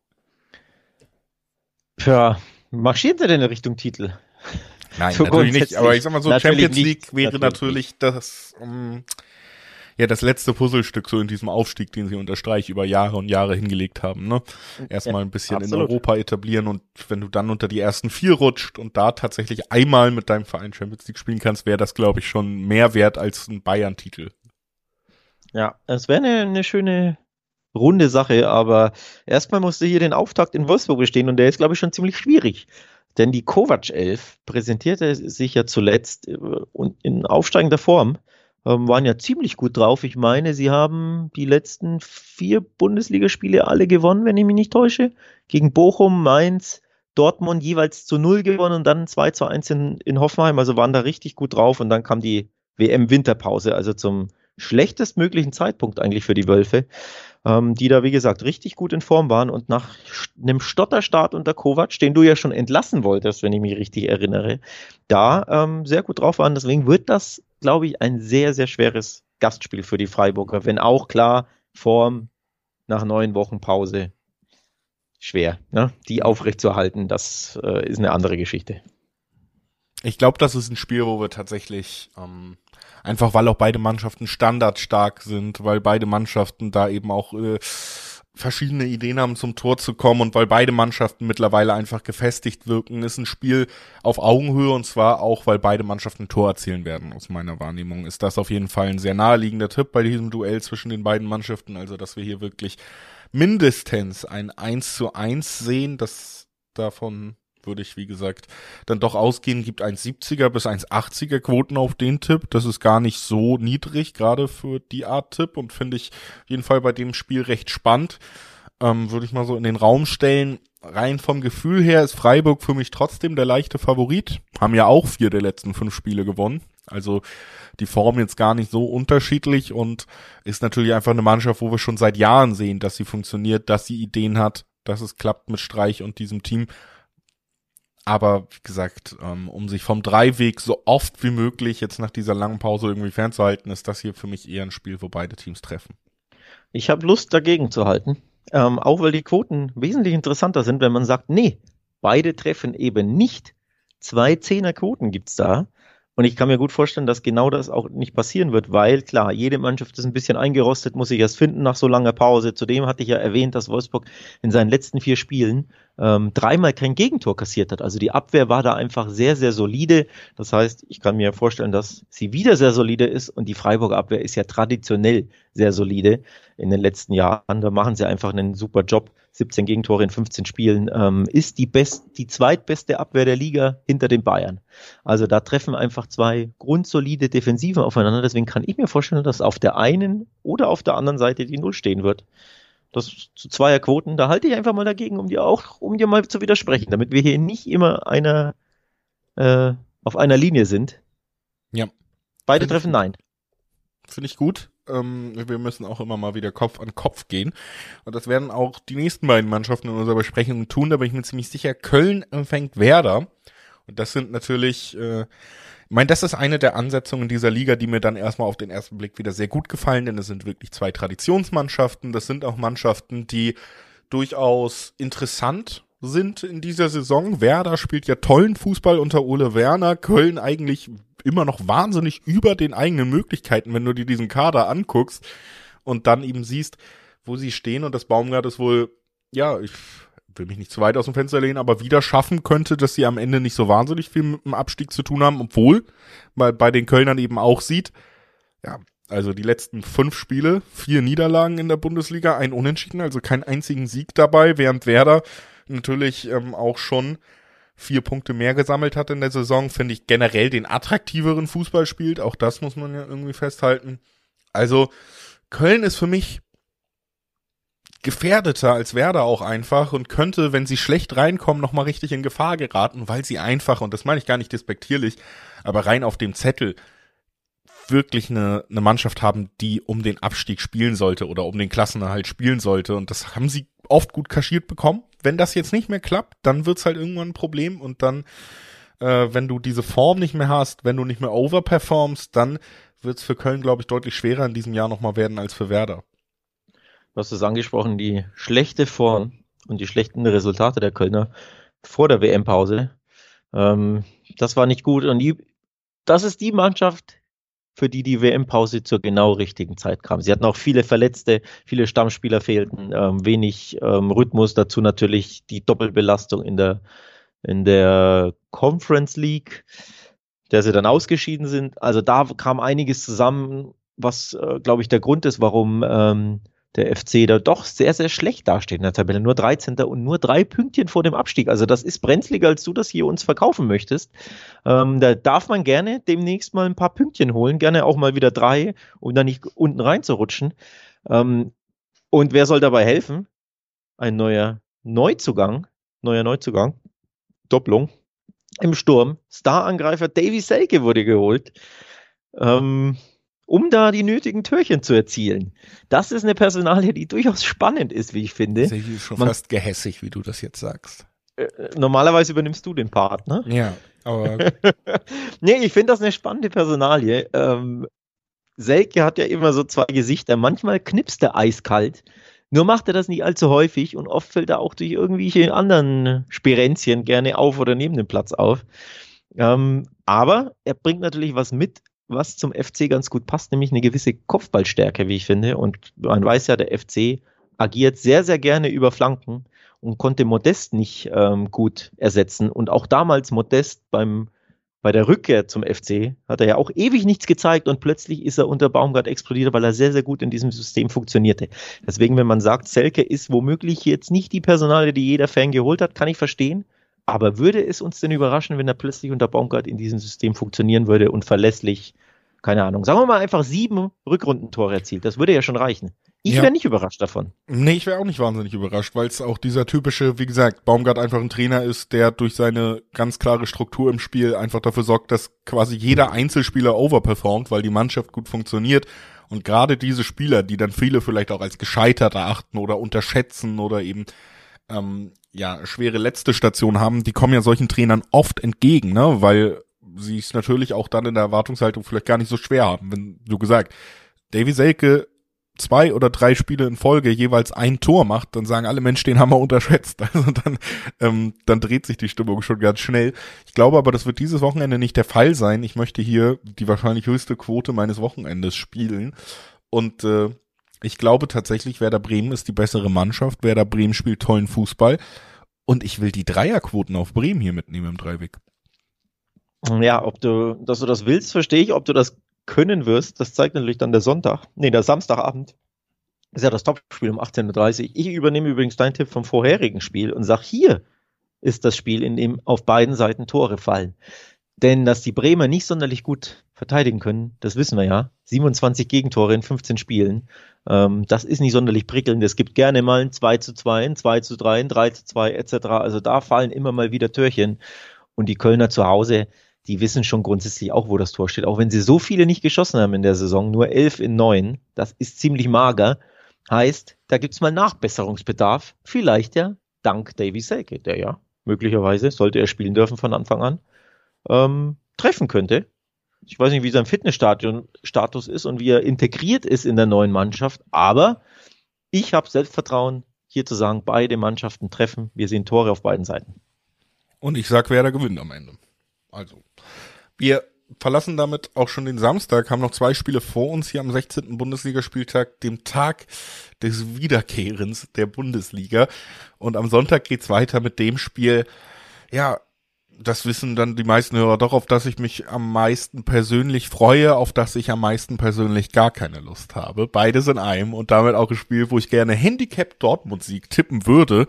Ja, marschiert er denn in Richtung Titel? Nein, so natürlich nicht. Aber ich sag mal so, Champions League nicht, wäre natürlich, natürlich das, um, ja, das letzte Puzzlestück so in diesem Aufstieg, den sie unter Streich über Jahre und Jahre hingelegt haben, ne? Erstmal ein bisschen ja, in Europa etablieren und wenn du dann unter die ersten vier rutscht und da tatsächlich einmal mit deinem Verein Champions League spielen kannst, wäre das, glaube ich, schon mehr wert als ein Bayern-Titel. Ja, es wäre eine, eine schöne runde Sache, aber erstmal musste hier den Auftakt in Wolfsburg bestehen und der ist, glaube ich, schon ziemlich schwierig. Denn die Kovac-Elf präsentierte sich ja zuletzt in aufsteigender Form. Ähm, waren ja ziemlich gut drauf. Ich meine, sie haben die letzten vier Bundesligaspiele alle gewonnen, wenn ich mich nicht täusche. Gegen Bochum, Mainz, Dortmund jeweils zu null gewonnen und dann zwei zu eins in, in Hoffenheim. Also waren da richtig gut drauf und dann kam die W M-Winterpause, also zum schlechtestmöglichen Zeitpunkt eigentlich für die Wölfe, ähm, die da, wie gesagt, richtig gut in Form waren und nach einem Stotterstart unter Kovac, den du ja schon entlassen wolltest, wenn ich mich richtig erinnere, da ähm, sehr gut drauf waren. Deswegen wird das, glaube ich, ein sehr, sehr schweres Gastspiel für die Freiburger, wenn auch klar, Form nach neun Wochen Pause schwer, ne? Die aufrechtzuerhalten, das äh, ist eine andere Geschichte. Ich glaube, das ist ein Spiel, wo wir tatsächlich ähm, einfach, weil auch beide Mannschaften standardstark sind, weil beide Mannschaften da eben auch äh, verschiedene Ideen haben, zum Tor zu kommen und weil beide Mannschaften mittlerweile einfach gefestigt wirken, ist ein Spiel auf Augenhöhe und zwar auch, weil beide Mannschaften ein Tor erzielen werden. Aus meiner Wahrnehmung ist das auf jeden Fall ein sehr naheliegender Tipp bei diesem Duell zwischen den beiden Mannschaften, also dass wir hier wirklich mindestens ein eins zu eins sehen, das davon würde ich, wie gesagt, dann doch ausgehen, gibt eins Komma siebziger bis eins Komma achtziger Quoten auf den Tipp. Das ist gar nicht so niedrig, gerade für die Art Tipp, und finde ich auf jeden Fall bei dem Spiel recht spannend. Ähm, würde ich mal so in den Raum stellen. Rein vom Gefühl her ist Freiburg für mich trotzdem der leichte Favorit. Haben ja auch vier der letzten fünf Spiele gewonnen. Also die Form jetzt gar nicht so unterschiedlich und ist natürlich einfach eine Mannschaft, wo wir schon seit Jahren sehen, dass sie funktioniert, dass sie Ideen hat, dass es klappt mit Streich und diesem Team. Aber wie gesagt, um sich vom Dreiweg so oft wie möglich jetzt nach dieser langen Pause irgendwie fernzuhalten, ist das hier für mich eher ein Spiel, wo beide Teams treffen. Ich habe Lust, dagegen zu halten. Ähm, auch weil die Quoten wesentlich interessanter sind, wenn man sagt, nee, beide treffen eben nicht. Zwei Zehner-Quoten gibt's da. Und ich kann mir gut vorstellen, dass genau das auch nicht passieren wird, weil klar, jede Mannschaft ist ein bisschen eingerostet, muss sich erst finden nach so langer Pause. Zudem hatte ich ja erwähnt, dass Wolfsburg in seinen letzten vier Spielen ähm, dreimal kein Gegentor kassiert hat. Also die Abwehr war da einfach sehr, sehr solide. Das heißt, ich kann mir vorstellen, dass sie wieder sehr solide ist und die Freiburger Abwehr ist ja traditionell sehr solide in den letzten Jahren. Da machen sie einfach einen super Job. siebzehn Gegentore in fünfzehn Spielen, ähm, ist die best, die zweitbeste Abwehr der Liga hinter den Bayern. Also da treffen einfach zwei grundsolide Defensiven aufeinander. Deswegen kann ich mir vorstellen, dass auf der einen oder auf der anderen Seite die Null stehen wird. Das zu Zweierquoten, da halte ich einfach mal dagegen, um dir auch, um dir mal zu widersprechen, damit wir hier nicht immer einer äh, auf einer Linie sind. Ja. Beide Find treffen nein. Finde ich gut. Ähm, wir müssen auch immer mal wieder Kopf an Kopf gehen. Und das werden auch die nächsten beiden Mannschaften in unserer Besprechung tun. Da bin ich mir ziemlich sicher. Köln empfängt Werder. Und das sind natürlich, äh, ich meine, das ist eine der Ansetzungen dieser Liga, die mir dann erstmal auf den ersten Blick wieder sehr gut gefallen, denn es sind wirklich zwei Traditionsmannschaften. Das sind auch Mannschaften, die durchaus interessant sind in dieser Saison. Werder spielt ja tollen Fußball unter Ole Werner. Köln eigentlich immer noch wahnsinnig über den eigenen Möglichkeiten, wenn du dir diesen Kader anguckst und dann eben siehst, wo sie stehen, und das Baumgart ist wohl, ja, ich will mich nicht zu weit aus dem Fenster lehnen, aber wieder schaffen könnte, dass sie am Ende nicht so wahnsinnig viel mit dem Abstieg zu tun haben, obwohl man bei den Kölnern eben auch sieht, ja, also die letzten fünf Spiele, vier Niederlagen in der Bundesliga, ein Unentschieden, also keinen einzigen Sieg dabei, während Werder natürlich ähm, auch schon vier Punkte mehr gesammelt hat in der Saison, finde ich generell den attraktiveren Fußball spielt, auch das muss man ja irgendwie festhalten. Also Köln ist für mich gefährdeter als Werder auch einfach und könnte, wenn sie schlecht reinkommen, nochmal richtig in Gefahr geraten, weil sie einfach, und das meine ich gar nicht despektierlich, aber rein auf dem Zettel wirklich eine, eine Mannschaft haben, die um den Abstieg spielen sollte oder um den Klassenerhalt spielen sollte, und das haben sie oft gut kaschiert bekommen. Wenn das jetzt nicht mehr klappt, dann wird's halt irgendwann ein Problem, und dann, äh, wenn du diese Form nicht mehr hast, wenn du nicht mehr overperformst, dann wird's für Köln, glaube ich, deutlich schwerer in diesem Jahr nochmal werden als für Werder. Du hast es angesprochen, die schlechte Form und die schlechten Resultate der Kölner vor der W M-Pause. Ähm, das war nicht gut, und die, das ist die Mannschaft, für die die W M-Pause zur genau richtigen Zeit kam. Sie hatten auch viele Verletzte, viele Stammspieler fehlten, ähm, wenig ähm, Rhythmus, dazu natürlich die Doppelbelastung in der, in der Conference League, der sie dann ausgeschieden sind. Also da kam einiges zusammen, was, äh, glaube ich, der Grund ist, warum ähm, der F C da doch sehr, sehr schlecht dasteht in der Tabelle. Nur dreizehnter und nur drei Pünktchen vor dem Abstieg. Also das ist brenzliger, als du das hier uns verkaufen möchtest. Ähm, da darf man gerne demnächst mal ein paar Pünktchen holen, gerne auch mal wieder drei, um dann nicht unten reinzurutschen. Ähm, und wer soll dabei helfen? Ein neuer Neuzugang, neuer Neuzugang, Doppelung im Sturm. Starangreifer Davy Selke wurde geholt. Ähm, um da die nötigen Türchen zu erzielen. Das ist eine Personalie, die durchaus spannend ist, wie ich finde. Das ist schon Man, fast gehässig, wie du das jetzt sagst. Äh, normalerweise übernimmst du den Part, ne? Ja, aber... nee, ich finde das eine spannende Personalie. Ähm, Selke hat ja immer so zwei Gesichter. Manchmal knipst er eiskalt. Nur macht er das nicht allzu häufig, und oft fällt er auch durch irgendwelche anderen Spirenzchen gerne auf oder neben dem Platz auf. Ähm, aber er bringt natürlich was mit, was zum F C ganz gut passt, nämlich eine gewisse Kopfballstärke, wie ich finde. Und man weiß ja, der F C agiert sehr, sehr gerne über Flanken und konnte Modest nicht ähm, gut ersetzen. Und auch damals Modest beim, bei der Rückkehr zum F C hat er ja auch ewig nichts gezeigt, und plötzlich ist er unter Baumgart explodiert, weil er sehr, sehr gut in diesem System funktionierte. Deswegen, wenn man sagt, Selke ist womöglich jetzt nicht die Personalie, die jeder Fan geholt hat, kann ich verstehen. Aber würde es uns denn überraschen, wenn er plötzlich unter Baumgart in diesem System funktionieren würde und verlässlich, keine Ahnung, sagen wir mal einfach sieben Rückrundentore erzielt? Das würde ja schon reichen. Ich Ja. wäre nicht überrascht davon. Nee, ich wäre auch nicht wahnsinnig überrascht, weil es auch dieser typische, wie gesagt, Baumgart einfach ein Trainer ist, der durch seine ganz klare Struktur im Spiel einfach dafür sorgt, dass quasi jeder Einzelspieler overperformt, weil die Mannschaft gut funktioniert. Und gerade diese Spieler, die dann viele vielleicht auch als gescheitert erachten oder unterschätzen oder eben ähm, ja schwere letzte Station haben, die kommen ja solchen Trainern oft entgegen, ne, weil sie es natürlich auch dann in der Erwartungshaltung vielleicht gar nicht so schwer haben. Wenn du gesagt, Davy Selke zwei oder drei Spiele in Folge jeweils ein Tor macht, dann sagen alle Menschen, den haben wir unterschätzt. Also dann, ähm, dann dreht sich die Stimmung schon ganz schnell. Ich glaube aber, das wird dieses Wochenende nicht der Fall sein. Ich möchte hier die wahrscheinlich höchste Quote meines Wochenendes spielen. Und äh, ich glaube tatsächlich, Werder Bremen ist die bessere Mannschaft. Werder Bremen spielt tollen Fußball. Und ich will die Dreierquoten auf Bremen hier mitnehmen im Dreiweg. Ja, ob du, dass du das willst, verstehe ich. Ob du das können wirst, das zeigt natürlich dann der Sonntag, nee, der Samstagabend. Das ist ja das Topspiel um achtzehn Uhr dreißig. Ich übernehme übrigens deinen Tipp vom vorherigen Spiel und sage, hier ist das Spiel, in dem auf beiden Seiten Tore fallen. Denn dass die Bremer nicht sonderlich gut verteidigen können, das wissen wir ja. siebenundzwanzig Gegentore in fünfzehn Spielen. Ähm, das ist nicht sonderlich prickelnd. Es gibt gerne mal ein zwei zu zwei, ein zwei zu drei, ein drei zu zwei et cetera. Also da fallen immer mal wieder Törchen. Und die Kölner zu Hause, die wissen schon grundsätzlich auch, wo das Tor steht. Auch wenn sie so viele nicht geschossen haben in der Saison, nur elf in neun. Das ist ziemlich mager. Heißt, da gibt's mal Nachbesserungsbedarf. Vielleicht ja dank Davy Selke, der ja möglicherweise, sollte er spielen dürfen von Anfang an, ähm, treffen könnte. Ich weiß nicht, wie sein Fitnessstatus ist und wie er integriert ist in der neuen Mannschaft. Aber ich habe Selbstvertrauen, hier zu sagen, beide Mannschaften treffen. Wir sehen Tore auf beiden Seiten. Und ich sag, wer da gewinnt am Ende. Also, wir verlassen damit auch schon den Samstag, haben noch zwei Spiele vor uns hier am sechzehnten Bundesligaspieltag, dem Tag des Wiederkehrens der Bundesliga. Und am Sonntag geht's weiter mit dem Spiel, ja, das wissen dann die meisten Hörer doch, auf das ich mich am meisten persönlich freue, auf das ich am meisten persönlich gar keine Lust habe. Beides in einem und damit auch ein Spiel, wo ich gerne Handicap Dortmund-Sieg tippen würde.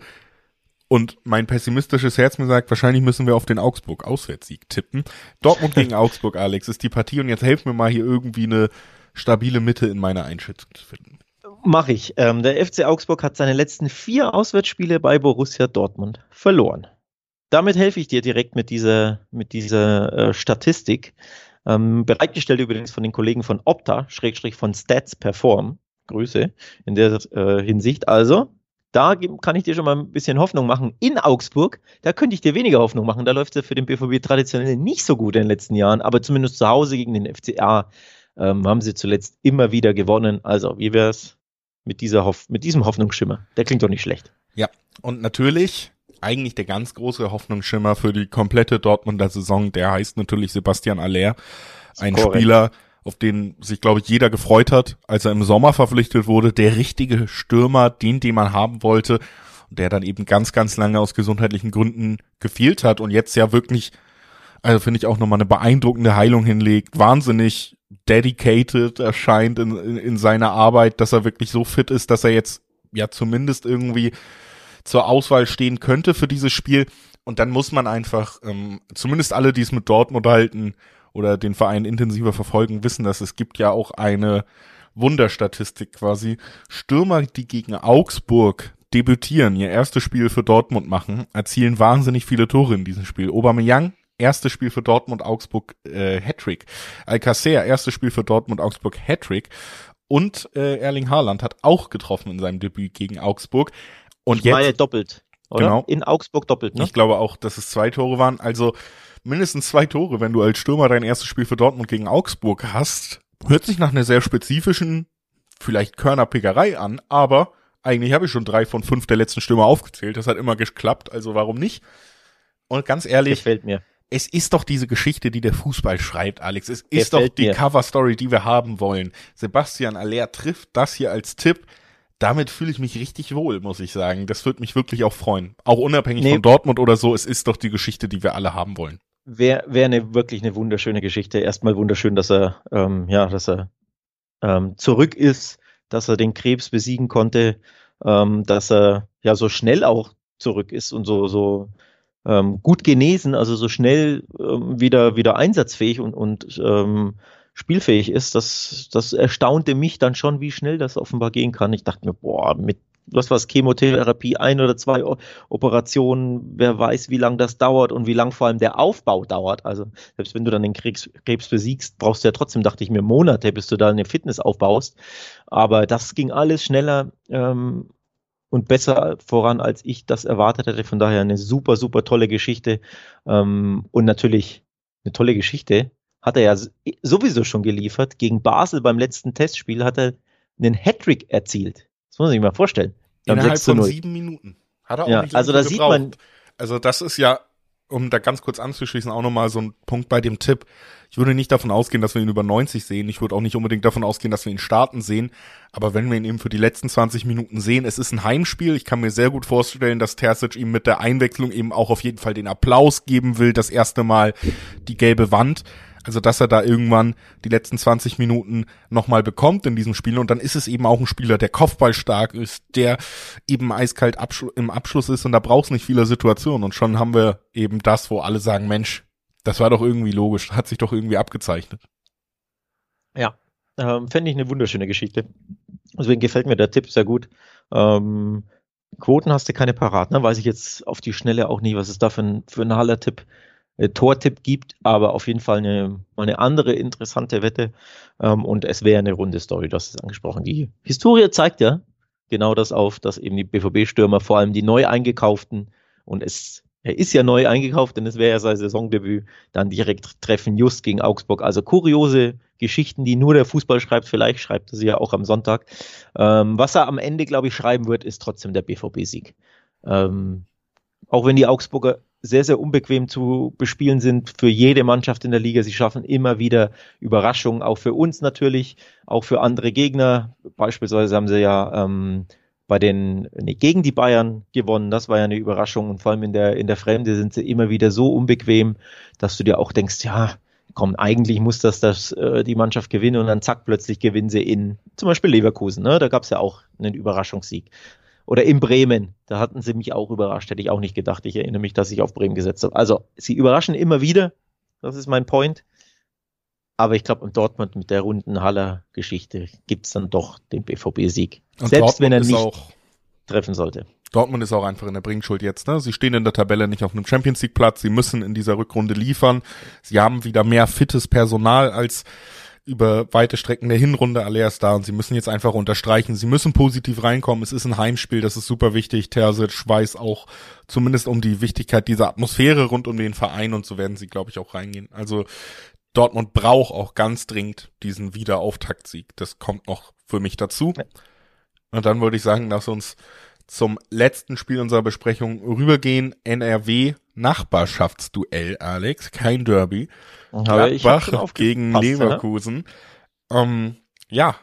Und mein pessimistisches Herz mir sagt, wahrscheinlich müssen wir auf den Augsburg-Auswärtssieg tippen. Dortmund gegen Augsburg, Alex, ist die Partie. Und jetzt helf mir mal hier irgendwie eine stabile Mitte in meiner Einschätzung zu finden. Mach ich. Ähm, der F C Augsburg hat seine letzten vier Auswärtsspiele bei Borussia Dortmund verloren. Damit helfe ich dir direkt mit dieser, mit dieser äh, Statistik. Ähm, bereitgestellt übrigens von den Kollegen von Opta, Schrägstrich von Stats Perform. Grüße in der äh, Hinsicht. Also, da kann ich dir schon mal ein bisschen Hoffnung machen. In Augsburg, da könnte ich dir weniger Hoffnung machen. Da läuft es ja für den B V B traditionell nicht so gut in den letzten Jahren. Aber zumindest zu Hause gegen den F C A ähm, haben sie zuletzt immer wieder gewonnen. Also, wie wär's mit dieser Hoff- mit diesem Hoffnungsschimmer? Der klingt doch nicht schlecht. Ja, und natürlich eigentlich der ganz große Hoffnungsschimmer für die komplette Dortmunder Saison, der heißt natürlich Sebastian Aller. Ein Korrekt. Spieler, auf den sich, glaube ich, jeder gefreut hat, als er im Sommer verpflichtet wurde. Der richtige Stürmer, den, den man haben wollte, der dann eben ganz, ganz lange aus gesundheitlichen Gründen gefehlt hat und jetzt ja wirklich, also finde ich auch nochmal eine beeindruckende Heilung hinlegt, wahnsinnig dedicated erscheint in, in, in seiner Arbeit, dass er wirklich so fit ist, dass er jetzt ja zumindest irgendwie zur Auswahl stehen könnte für dieses Spiel. Und dann muss man einfach, ähm, zumindest alle, die es mit Dortmund halten oder den Verein intensiver verfolgen, wissen, dass es gibt ja auch eine Wunderstatistik quasi. Stürmer, die gegen Augsburg debütieren, ihr erstes Spiel für Dortmund machen, erzielen wahnsinnig viele Tore in diesem Spiel. Aubameyang, erstes Spiel für Dortmund, Augsburg, äh, Hattrick. Alcacer, erstes Spiel für Dortmund, Augsburg, Hattrick. Und äh, Erling Haaland hat auch getroffen in seinem Debüt gegen Augsburg. Und Ich jetzt, meine doppelt, oder? Genau. In Augsburg doppelt, ne? ich glaube auch, dass es zwei Tore waren. Also mindestens zwei Tore, wenn du als Stürmer dein erstes Spiel für Dortmund gegen Augsburg hast. Hört sich nach einer sehr spezifischen, vielleicht Körnerpickerei an, aber eigentlich habe ich schon drei von fünf der letzten Stürmer aufgezählt. Das hat immer geklappt, also warum nicht? Und ganz ehrlich, Gefällt mir. es ist doch diese Geschichte, die der Fußball schreibt, Alex. Es ist doch Gefällt die mir. Cover-Story, die wir haben wollen. Sebastian Aller trifft das hier als Tipp. Damit fühle ich mich richtig wohl, muss ich sagen. Das würde mich wirklich auch freuen. Auch unabhängig Nee. von Dortmund oder so, es ist doch die Geschichte, die wir alle haben wollen. Wäre wär eine, wirklich eine wunderschöne Geschichte. Erstmal wunderschön, dass er, ähm, ja, dass er ähm, zurück ist, dass er den Krebs besiegen konnte, ähm, dass er ja so schnell auch zurück ist und so, so ähm, gut genesen, also so schnell ähm, wieder, wieder einsatzfähig und, und ähm, spielfähig ist, das, das erstaunte mich dann schon, wie schnell das offenbar gehen kann. Ich dachte mir, boah, mit was was Chemotherapie, ein oder zwei O- Operationen, wer weiß, wie lange das dauert und wie lang vor allem der Aufbau dauert. Also selbst wenn du dann den Krebs, Krebs besiegst, brauchst du ja trotzdem, dachte ich mir, Monate, bis du da eine Fitness aufbaust. Aber das ging alles schneller ähm, und besser voran, als ich das erwartet hätte. Von daher eine super, super tolle Geschichte. Ähm, und natürlich eine tolle Geschichte hat er ja s- sowieso schon geliefert. Gegen Basel beim letzten Testspiel hat er einen Hattrick erzielt. Das muss man sich mal vorstellen. Beim Innerhalb sechs zu von null. sieben Minuten. Hat er auch Ja, nicht lang also für da sieht man, gebraucht. Also das ist ja, um da ganz kurz anzuschließen, auch nochmal so ein Punkt bei dem Tipp. Ich würde nicht davon ausgehen, dass wir ihn über neunzig sehen. Ich würde auch nicht unbedingt davon ausgehen, dass wir ihn starten sehen. Aber wenn wir ihn eben für die letzten zwanzig Minuten sehen, es ist ein Heimspiel. Ich kann mir sehr gut vorstellen, dass Terzic ihm mit der Einwechslung eben auch auf jeden Fall den Applaus geben will. Das erste Mal die gelbe Wand. Also, dass er da irgendwann die letzten zwanzig Minuten nochmal bekommt in diesem Spiel. Und dann ist es eben auch ein Spieler, der kopfballstark ist, der eben eiskalt abschlu- im Abschluss ist. Und da braucht es nicht viele Situationen. Und schon haben wir eben das, wo alle sagen, Mensch, das war doch irgendwie logisch, hat sich doch irgendwie abgezeichnet. ja, ähm, fände ich eine wunderschöne Geschichte. Deswegen gefällt mir der Tipp sehr gut. Ähm, Quoten hast du keine parat, ne? Weiß ich jetzt auf die Schnelle auch nicht, was es da für ein, für ein Haller-Tipp, äh, Tortipp gibt, aber auf jeden Fall eine, mal eine andere interessante Wette. Ähm, und es wäre eine runde Story, du hast es angesprochen. Die Historie zeigt ja genau das auf, dass eben die B V B-Stürmer, vor allem die neu eingekauften, und es, er ist ja neu eingekauft, denn es wäre ja sein Saisondebüt, dann direkt treffen just gegen Augsburg. Also kuriose Geschichten, die nur der Fußball schreibt. Vielleicht schreibt er sie ja auch am Sonntag. Ähm, was er am Ende, glaube ich, schreiben wird, ist trotzdem der B V B-Sieg. Ähm, auch wenn die Augsburger sehr, sehr unbequem zu bespielen sind für jede Mannschaft in der Liga. Sie schaffen immer wieder Überraschungen, auch für uns natürlich, auch für andere Gegner. Beispielsweise haben sie ja ähm, bei den, nee, gegen die Bayern gewonnen. Das war ja eine Überraschung. Und vor allem in der, in der Fremde sind sie immer wieder so unbequem, dass du dir auch denkst, ja, komm, eigentlich muss das, das äh, die Mannschaft gewinnen und dann zack, plötzlich gewinnen sie in zum Beispiel Leverkusen. Ne? Da gab es ja auch einen Überraschungssieg. Oder in Bremen, da hatten sie mich auch überrascht, hätte ich auch nicht gedacht. Ich erinnere mich, dass ich auf Bremen gesetzt habe. Also, sie überraschen immer wieder, das ist mein Point. Aber ich glaube, in Dortmund mit der runden Haller-Geschichte gibt es dann doch den B V B-Sieg. Und Selbst Dortmund wenn er ist nicht auch treffen sollte. Dortmund ist auch einfach in der Bringschuld jetzt, ne? Sie stehen in der Tabelle nicht auf einem Champions League Platz. Sie müssen in dieser Rückrunde liefern. Sie haben wieder mehr fittes Personal als über weite Strecken der Hinrunde alle erst da und sie müssen jetzt einfach unterstreichen. Sie müssen positiv reinkommen. Es ist ein Heimspiel, das ist super wichtig. Terzic weiß auch zumindest um die Wichtigkeit dieser Atmosphäre rund um den Verein und so werden sie, glaube ich, auch reingehen. Also Dortmund braucht auch ganz dringend diesen Wiederauftaktsieg. Das kommt noch für mich dazu. Und dann würde ich sagen, lass uns zum letzten Spiel unserer Besprechung rübergehen. N R W Nachbarschaftsduell, Alex, kein Derby. Aber ich hab schon Gladbach aufgepasst, gegen ja. Leverkusen. Ähm, ja,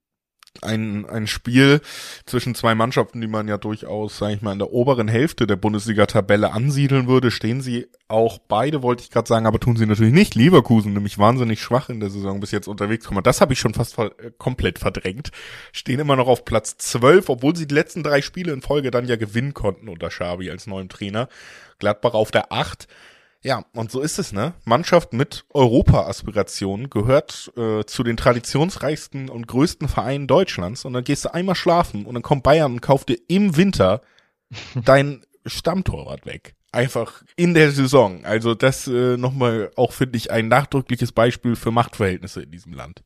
ein, ein Spiel zwischen zwei Mannschaften, die man ja durchaus, sage ich mal, in der oberen Hälfte der Bundesliga-Tabelle ansiedeln würde, stehen sie auch beide, wollte ich gerade sagen, aber tun sie natürlich nicht. Leverkusen, nämlich wahnsinnig schwach in der Saison bis jetzt unterwegs. Guck mal, das habe ich schon fast ver- äh, komplett verdrängt. Stehen immer noch auf Platz zwölf, obwohl sie die letzten drei Spiele in Folge dann ja gewinnen konnten unter Xabi als neuem Trainer. Gladbach auf der acht. Ja, und so ist es, ne? Mannschaft mit Europa-Aspirationen gehört äh, zu den traditionsreichsten und größten Vereinen Deutschlands. Und dann gehst du einmal schlafen und dann kommt Bayern und kauft dir im Winter dein Stammtorwart weg. Einfach in der Saison. Also das äh, nochmal auch, finde ich, ein nachdrückliches Beispiel für Machtverhältnisse in diesem Land.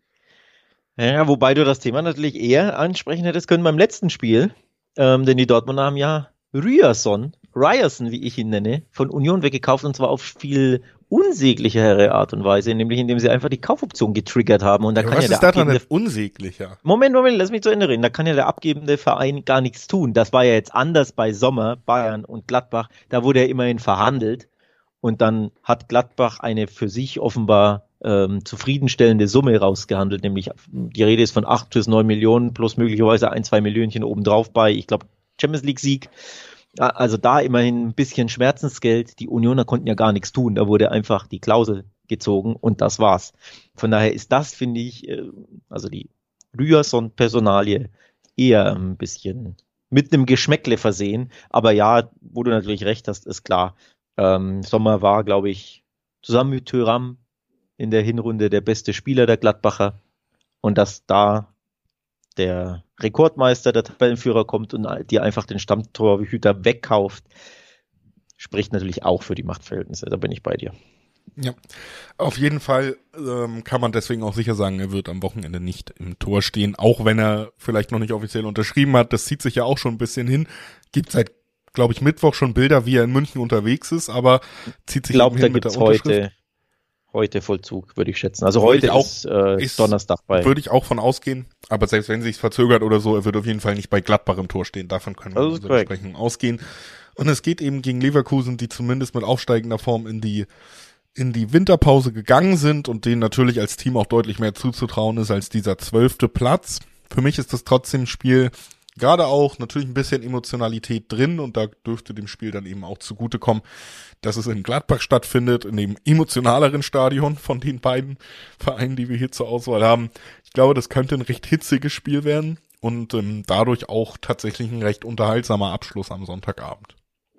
Ja, wobei du das Thema natürlich eher ansprechen hättest können beim letzten Spiel. Ähm, denn die Dortmunder haben ja Ryerson, Ryerson, wie ich ihn nenne, von Union weggekauft und zwar auf viel unsäglichere Art und Weise, nämlich indem sie einfach die Kaufoption getriggert haben. Und da Ja, kann was ja ist der daran abgebende denn unsäglicher? Moment, Moment, lass mich zu Ende reden. Da kann ja der abgebende Verein gar nichts tun. Das war ja jetzt anders bei Sommer, Bayern und Gladbach. Da wurde ja immerhin verhandelt. Und dann hat Gladbach eine für sich offenbar ähm, zufriedenstellende Summe rausgehandelt, nämlich die Rede ist von acht bis neun Millionen plus möglicherweise ein, zwei Millionchen obendrauf bei, ich glaube, Champions League Sieg. Also da immerhin ein bisschen Schmerzensgeld. Die Unioner konnten ja gar nichts tun. Da wurde einfach die Klausel gezogen und das war's. Von daher ist das, finde ich, äh, also die Ryerson-Personalie eher ein bisschen mit einem Geschmäckle versehen. Aber ja, wo du natürlich recht hast, ist klar, Ähm, Sommer war, glaube ich, zusammen mit Thuram in der Hinrunde der beste Spieler der Gladbacher. Und dass da der Rekordmeister, der Tabellenführer kommt und dir einfach den Stammtorhüter wegkauft, spricht natürlich auch für die Machtverhältnisse. Da bin ich bei dir. Ja, auf jeden Fall ähm, kann man deswegen auch sicher sagen, er wird am Wochenende nicht im Tor stehen, auch wenn er vielleicht noch nicht offiziell unterschrieben hat. Das zieht sich ja auch schon ein bisschen hin. Gibt seit, glaube ich, Mittwoch schon Bilder, wie er in München unterwegs ist, aber zieht sich ich glaub, eben hin mit der Unterschrift. Heute, heute Vollzug, würde ich schätzen. Also würde heute ich auch, ist, äh, ist Donnerstag bei. Würde ich auch von ausgehen, aber selbst wenn sich's verzögert oder so, er wird auf jeden Fall nicht bei Gladbach im Tor stehen. Davon können wir in unserer Besprechung ausgehen. Und es geht eben gegen Leverkusen, die zumindest mit aufsteigender Form in die in die Winterpause gegangen sind und denen natürlich als Team auch deutlich mehr zuzutrauen ist als dieser zwölfte Platz. Für mich ist das trotzdem ein Spiel, gerade auch natürlich ein bisschen Emotionalität drin und da dürfte dem Spiel dann eben auch zugutekommen, dass es in Gladbach stattfindet, in dem emotionaleren Stadion von den beiden Vereinen, die wir hier zur Auswahl haben. Ich glaube, das könnte ein recht hitziges Spiel werden und ähm, dadurch auch tatsächlich ein recht unterhaltsamer Abschluss am Sonntagabend.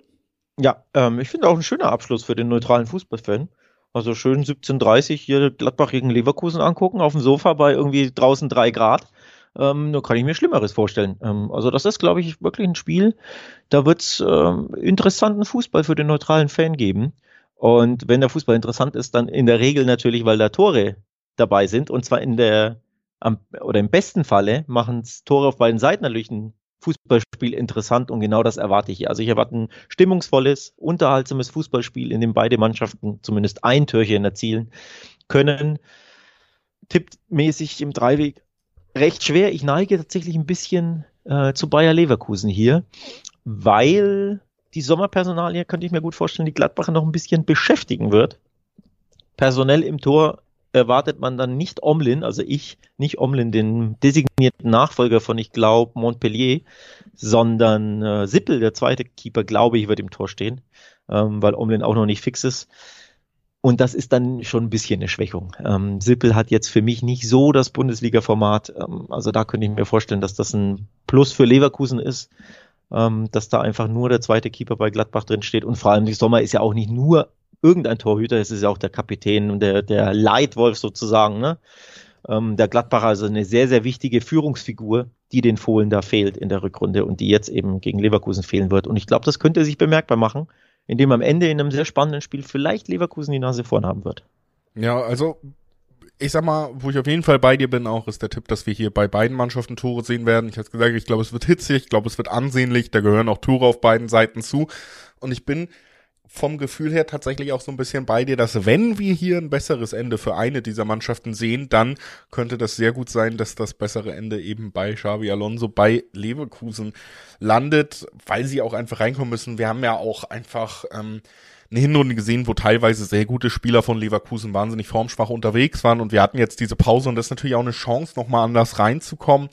Ja, ähm, ich finde auch ein schöner Abschluss für den neutralen Fußballfan. Also schön siebzehn Uhr dreißig hier Gladbach gegen Leverkusen angucken, auf dem Sofa bei irgendwie draußen drei Grad. Ähm, da kann ich mir Schlimmeres vorstellen. Ähm, also das ist, glaube ich, wirklich ein Spiel, da wird es ähm, interessanten Fußball für den neutralen Fan geben. Und wenn der Fußball interessant ist, dann in der Regel natürlich, weil da Tore dabei sind. Und zwar in der, am, oder im besten Falle machen es Tore auf beiden Seiten natürlich ein Fußballspiel interessant und genau das erwarte ich hier. Also ich erwarte ein stimmungsvolles, unterhaltsames Fußballspiel, in dem beide Mannschaften zumindest ein Türchen erzielen können. Tippmäßig im Dreiweg recht schwer. Ich neige tatsächlich ein bisschen äh, zu Bayer Leverkusen hier, weil die Sommerpersonalie, könnte ich mir gut vorstellen, die Gladbacher noch ein bisschen beschäftigen wird. Personell im Tor erwartet man dann nicht Omlin, also ich, nicht Omlin, den designierten Nachfolger von, ich glaube, Montpellier, sondern äh, Sippel, der zweite Keeper, glaube ich, wird im Tor stehen, ähm, weil Omlin auch noch nicht fix ist. Und das ist dann schon ein bisschen eine Schwächung. Ähm, Sippel hat jetzt für mich nicht so das Bundesliga-Format. Ähm, also da könnte ich mir vorstellen, dass das ein Plus für Leverkusen ist, ähm, dass da einfach nur der zweite Keeper bei Gladbach drin steht. Und vor allem, die Sommer ist ja auch nicht nur irgendein Torhüter, es ist ja auch der Kapitän und der, der Leitwolf sozusagen, ne? Ähm, der Gladbacher, also eine sehr, sehr wichtige Führungsfigur, die den Fohlen da fehlt in der Rückrunde und die jetzt eben gegen Leverkusen fehlen wird. Und ich glaube, das könnte sich bemerkbar machen, indem am Ende in einem sehr spannenden Spiel vielleicht Leverkusen die Nase vorn haben wird. Ja, also ich sag mal, wo ich auf jeden Fall bei dir bin auch, ist der Tipp, dass wir hier bei beiden Mannschaften Tore sehen werden. Ich habe gesagt, ich glaube, es wird hitzig, ich glaube, es wird ansehnlich, da gehören auch Tore auf beiden Seiten zu. Und ich bin vom Gefühl her tatsächlich auch so ein bisschen bei dir, dass wenn wir hier ein besseres Ende für eine dieser Mannschaften sehen, dann könnte das sehr gut sein, dass das bessere Ende eben bei Xabi Alonso bei Leverkusen landet, weil sie auch einfach reinkommen müssen. Wir haben ja auch einfach ähm, eine Hinrunde gesehen, wo teilweise sehr gute Spieler von Leverkusen wahnsinnig formschwach unterwegs waren und wir hatten jetzt diese Pause und das ist natürlich auch eine Chance, nochmal anders reinzukommen.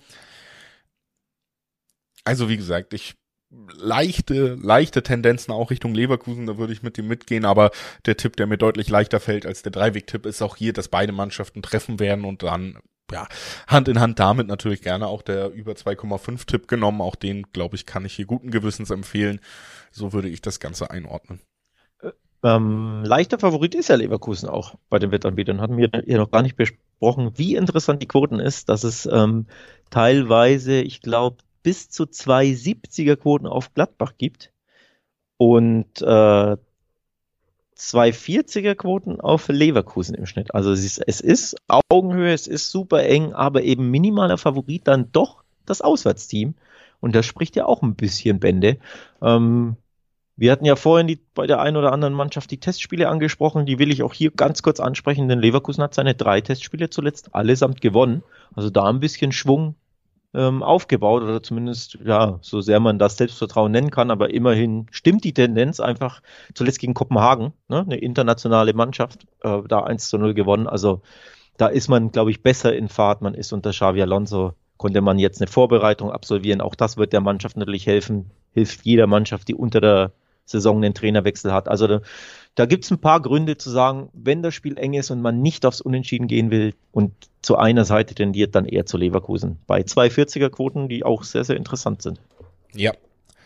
Also wie gesagt, ich leichte, leichte Tendenzen auch Richtung Leverkusen, da würde ich mit dem mitgehen, aber der Tipp, der mir deutlich leichter fällt als der Dreiweg-Tipp, ist auch hier, dass beide Mannschaften treffen werden und dann, ja, Hand in Hand damit natürlich gerne auch der über zwei Komma fünf Tipp genommen, auch den, glaube ich, kann ich hier guten Gewissens empfehlen, so würde ich das Ganze einordnen. Ähm, leichter Favorit ist ja Leverkusen auch bei den Wettanbietern. Hatten wir hier noch gar nicht besprochen, wie interessant die Quoten ist, dass es ähm, teilweise, ich glaube, bis zu zwei siebziger Quoten auf Gladbach gibt und äh, zwei vierziger Quoten auf Leverkusen im Schnitt. Also es ist, es ist Augenhöhe, es ist super eng, aber eben minimaler Favorit dann doch das Auswärtsteam. Und das spricht ja auch ein bisschen Bände. Ähm, wir hatten ja vorhin die, bei der einen oder anderen Mannschaft die Testspiele angesprochen, die will ich auch hier ganz kurz ansprechen, denn Leverkusen hat seine drei Testspiele zuletzt allesamt gewonnen. Also da ein bisschen Schwung ähm, aufgebaut oder zumindest, ja, so sehr man das Selbstvertrauen nennen kann, aber immerhin stimmt die Tendenz einfach, zuletzt gegen Kopenhagen, ne, eine internationale Mannschaft, äh, da eins zu null gewonnen. Also da ist man, glaube ich, besser in Fahrt. Man ist unter Xabi Alonso, konnte man jetzt eine Vorbereitung absolvieren. Auch das wird der Mannschaft natürlich helfen, hilft jeder Mannschaft, die unter der Saison einen Trainerwechsel hat. Also da, da gibt es ein paar Gründe zu sagen, wenn das Spiel eng ist und man nicht aufs Unentschieden gehen will und zu einer Seite tendiert, dann eher zu Leverkusen. Bei zwei vierziger Quoten, die auch sehr, sehr interessant sind. Ja,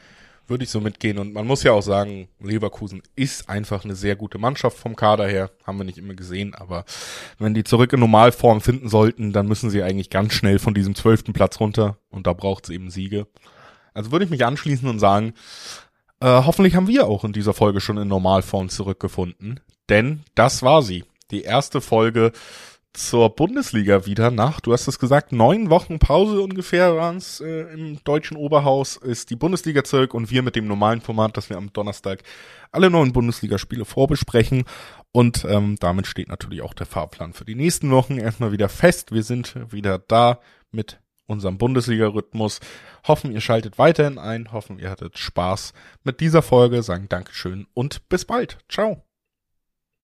Würde ich so mitgehen. Und man muss ja auch sagen, Leverkusen ist einfach eine sehr gute Mannschaft vom Kader her. Haben wir nicht immer gesehen. Aber wenn die zurück in Normalform finden sollten, dann müssen sie eigentlich ganz schnell von diesem zwölften Platz runter. Und da braucht es eben Siege. Also würde ich mich anschließen und sagen, äh, hoffentlich haben wir auch in dieser Folge schon in Normalform zurückgefunden. Denn das war sie. Die erste Folge zur Bundesliga wieder nach, du hast es gesagt, neun Wochen Pause ungefähr waren es äh, im deutschen Oberhaus, ist die Bundesliga zurück und wir mit dem normalen Format, dass wir am Donnerstag alle neuen Bundesligaspiele vorbesprechen und ähm, damit steht natürlich auch der Fahrplan für die nächsten Wochen erstmal wieder fest. Wir sind wieder da mit unserem Bundesliga-Rhythmus. Hoffen, ihr schaltet weiterhin ein, hoffen, ihr hattet Spaß mit dieser Folge, sagen Dankeschön und bis bald. Ciao.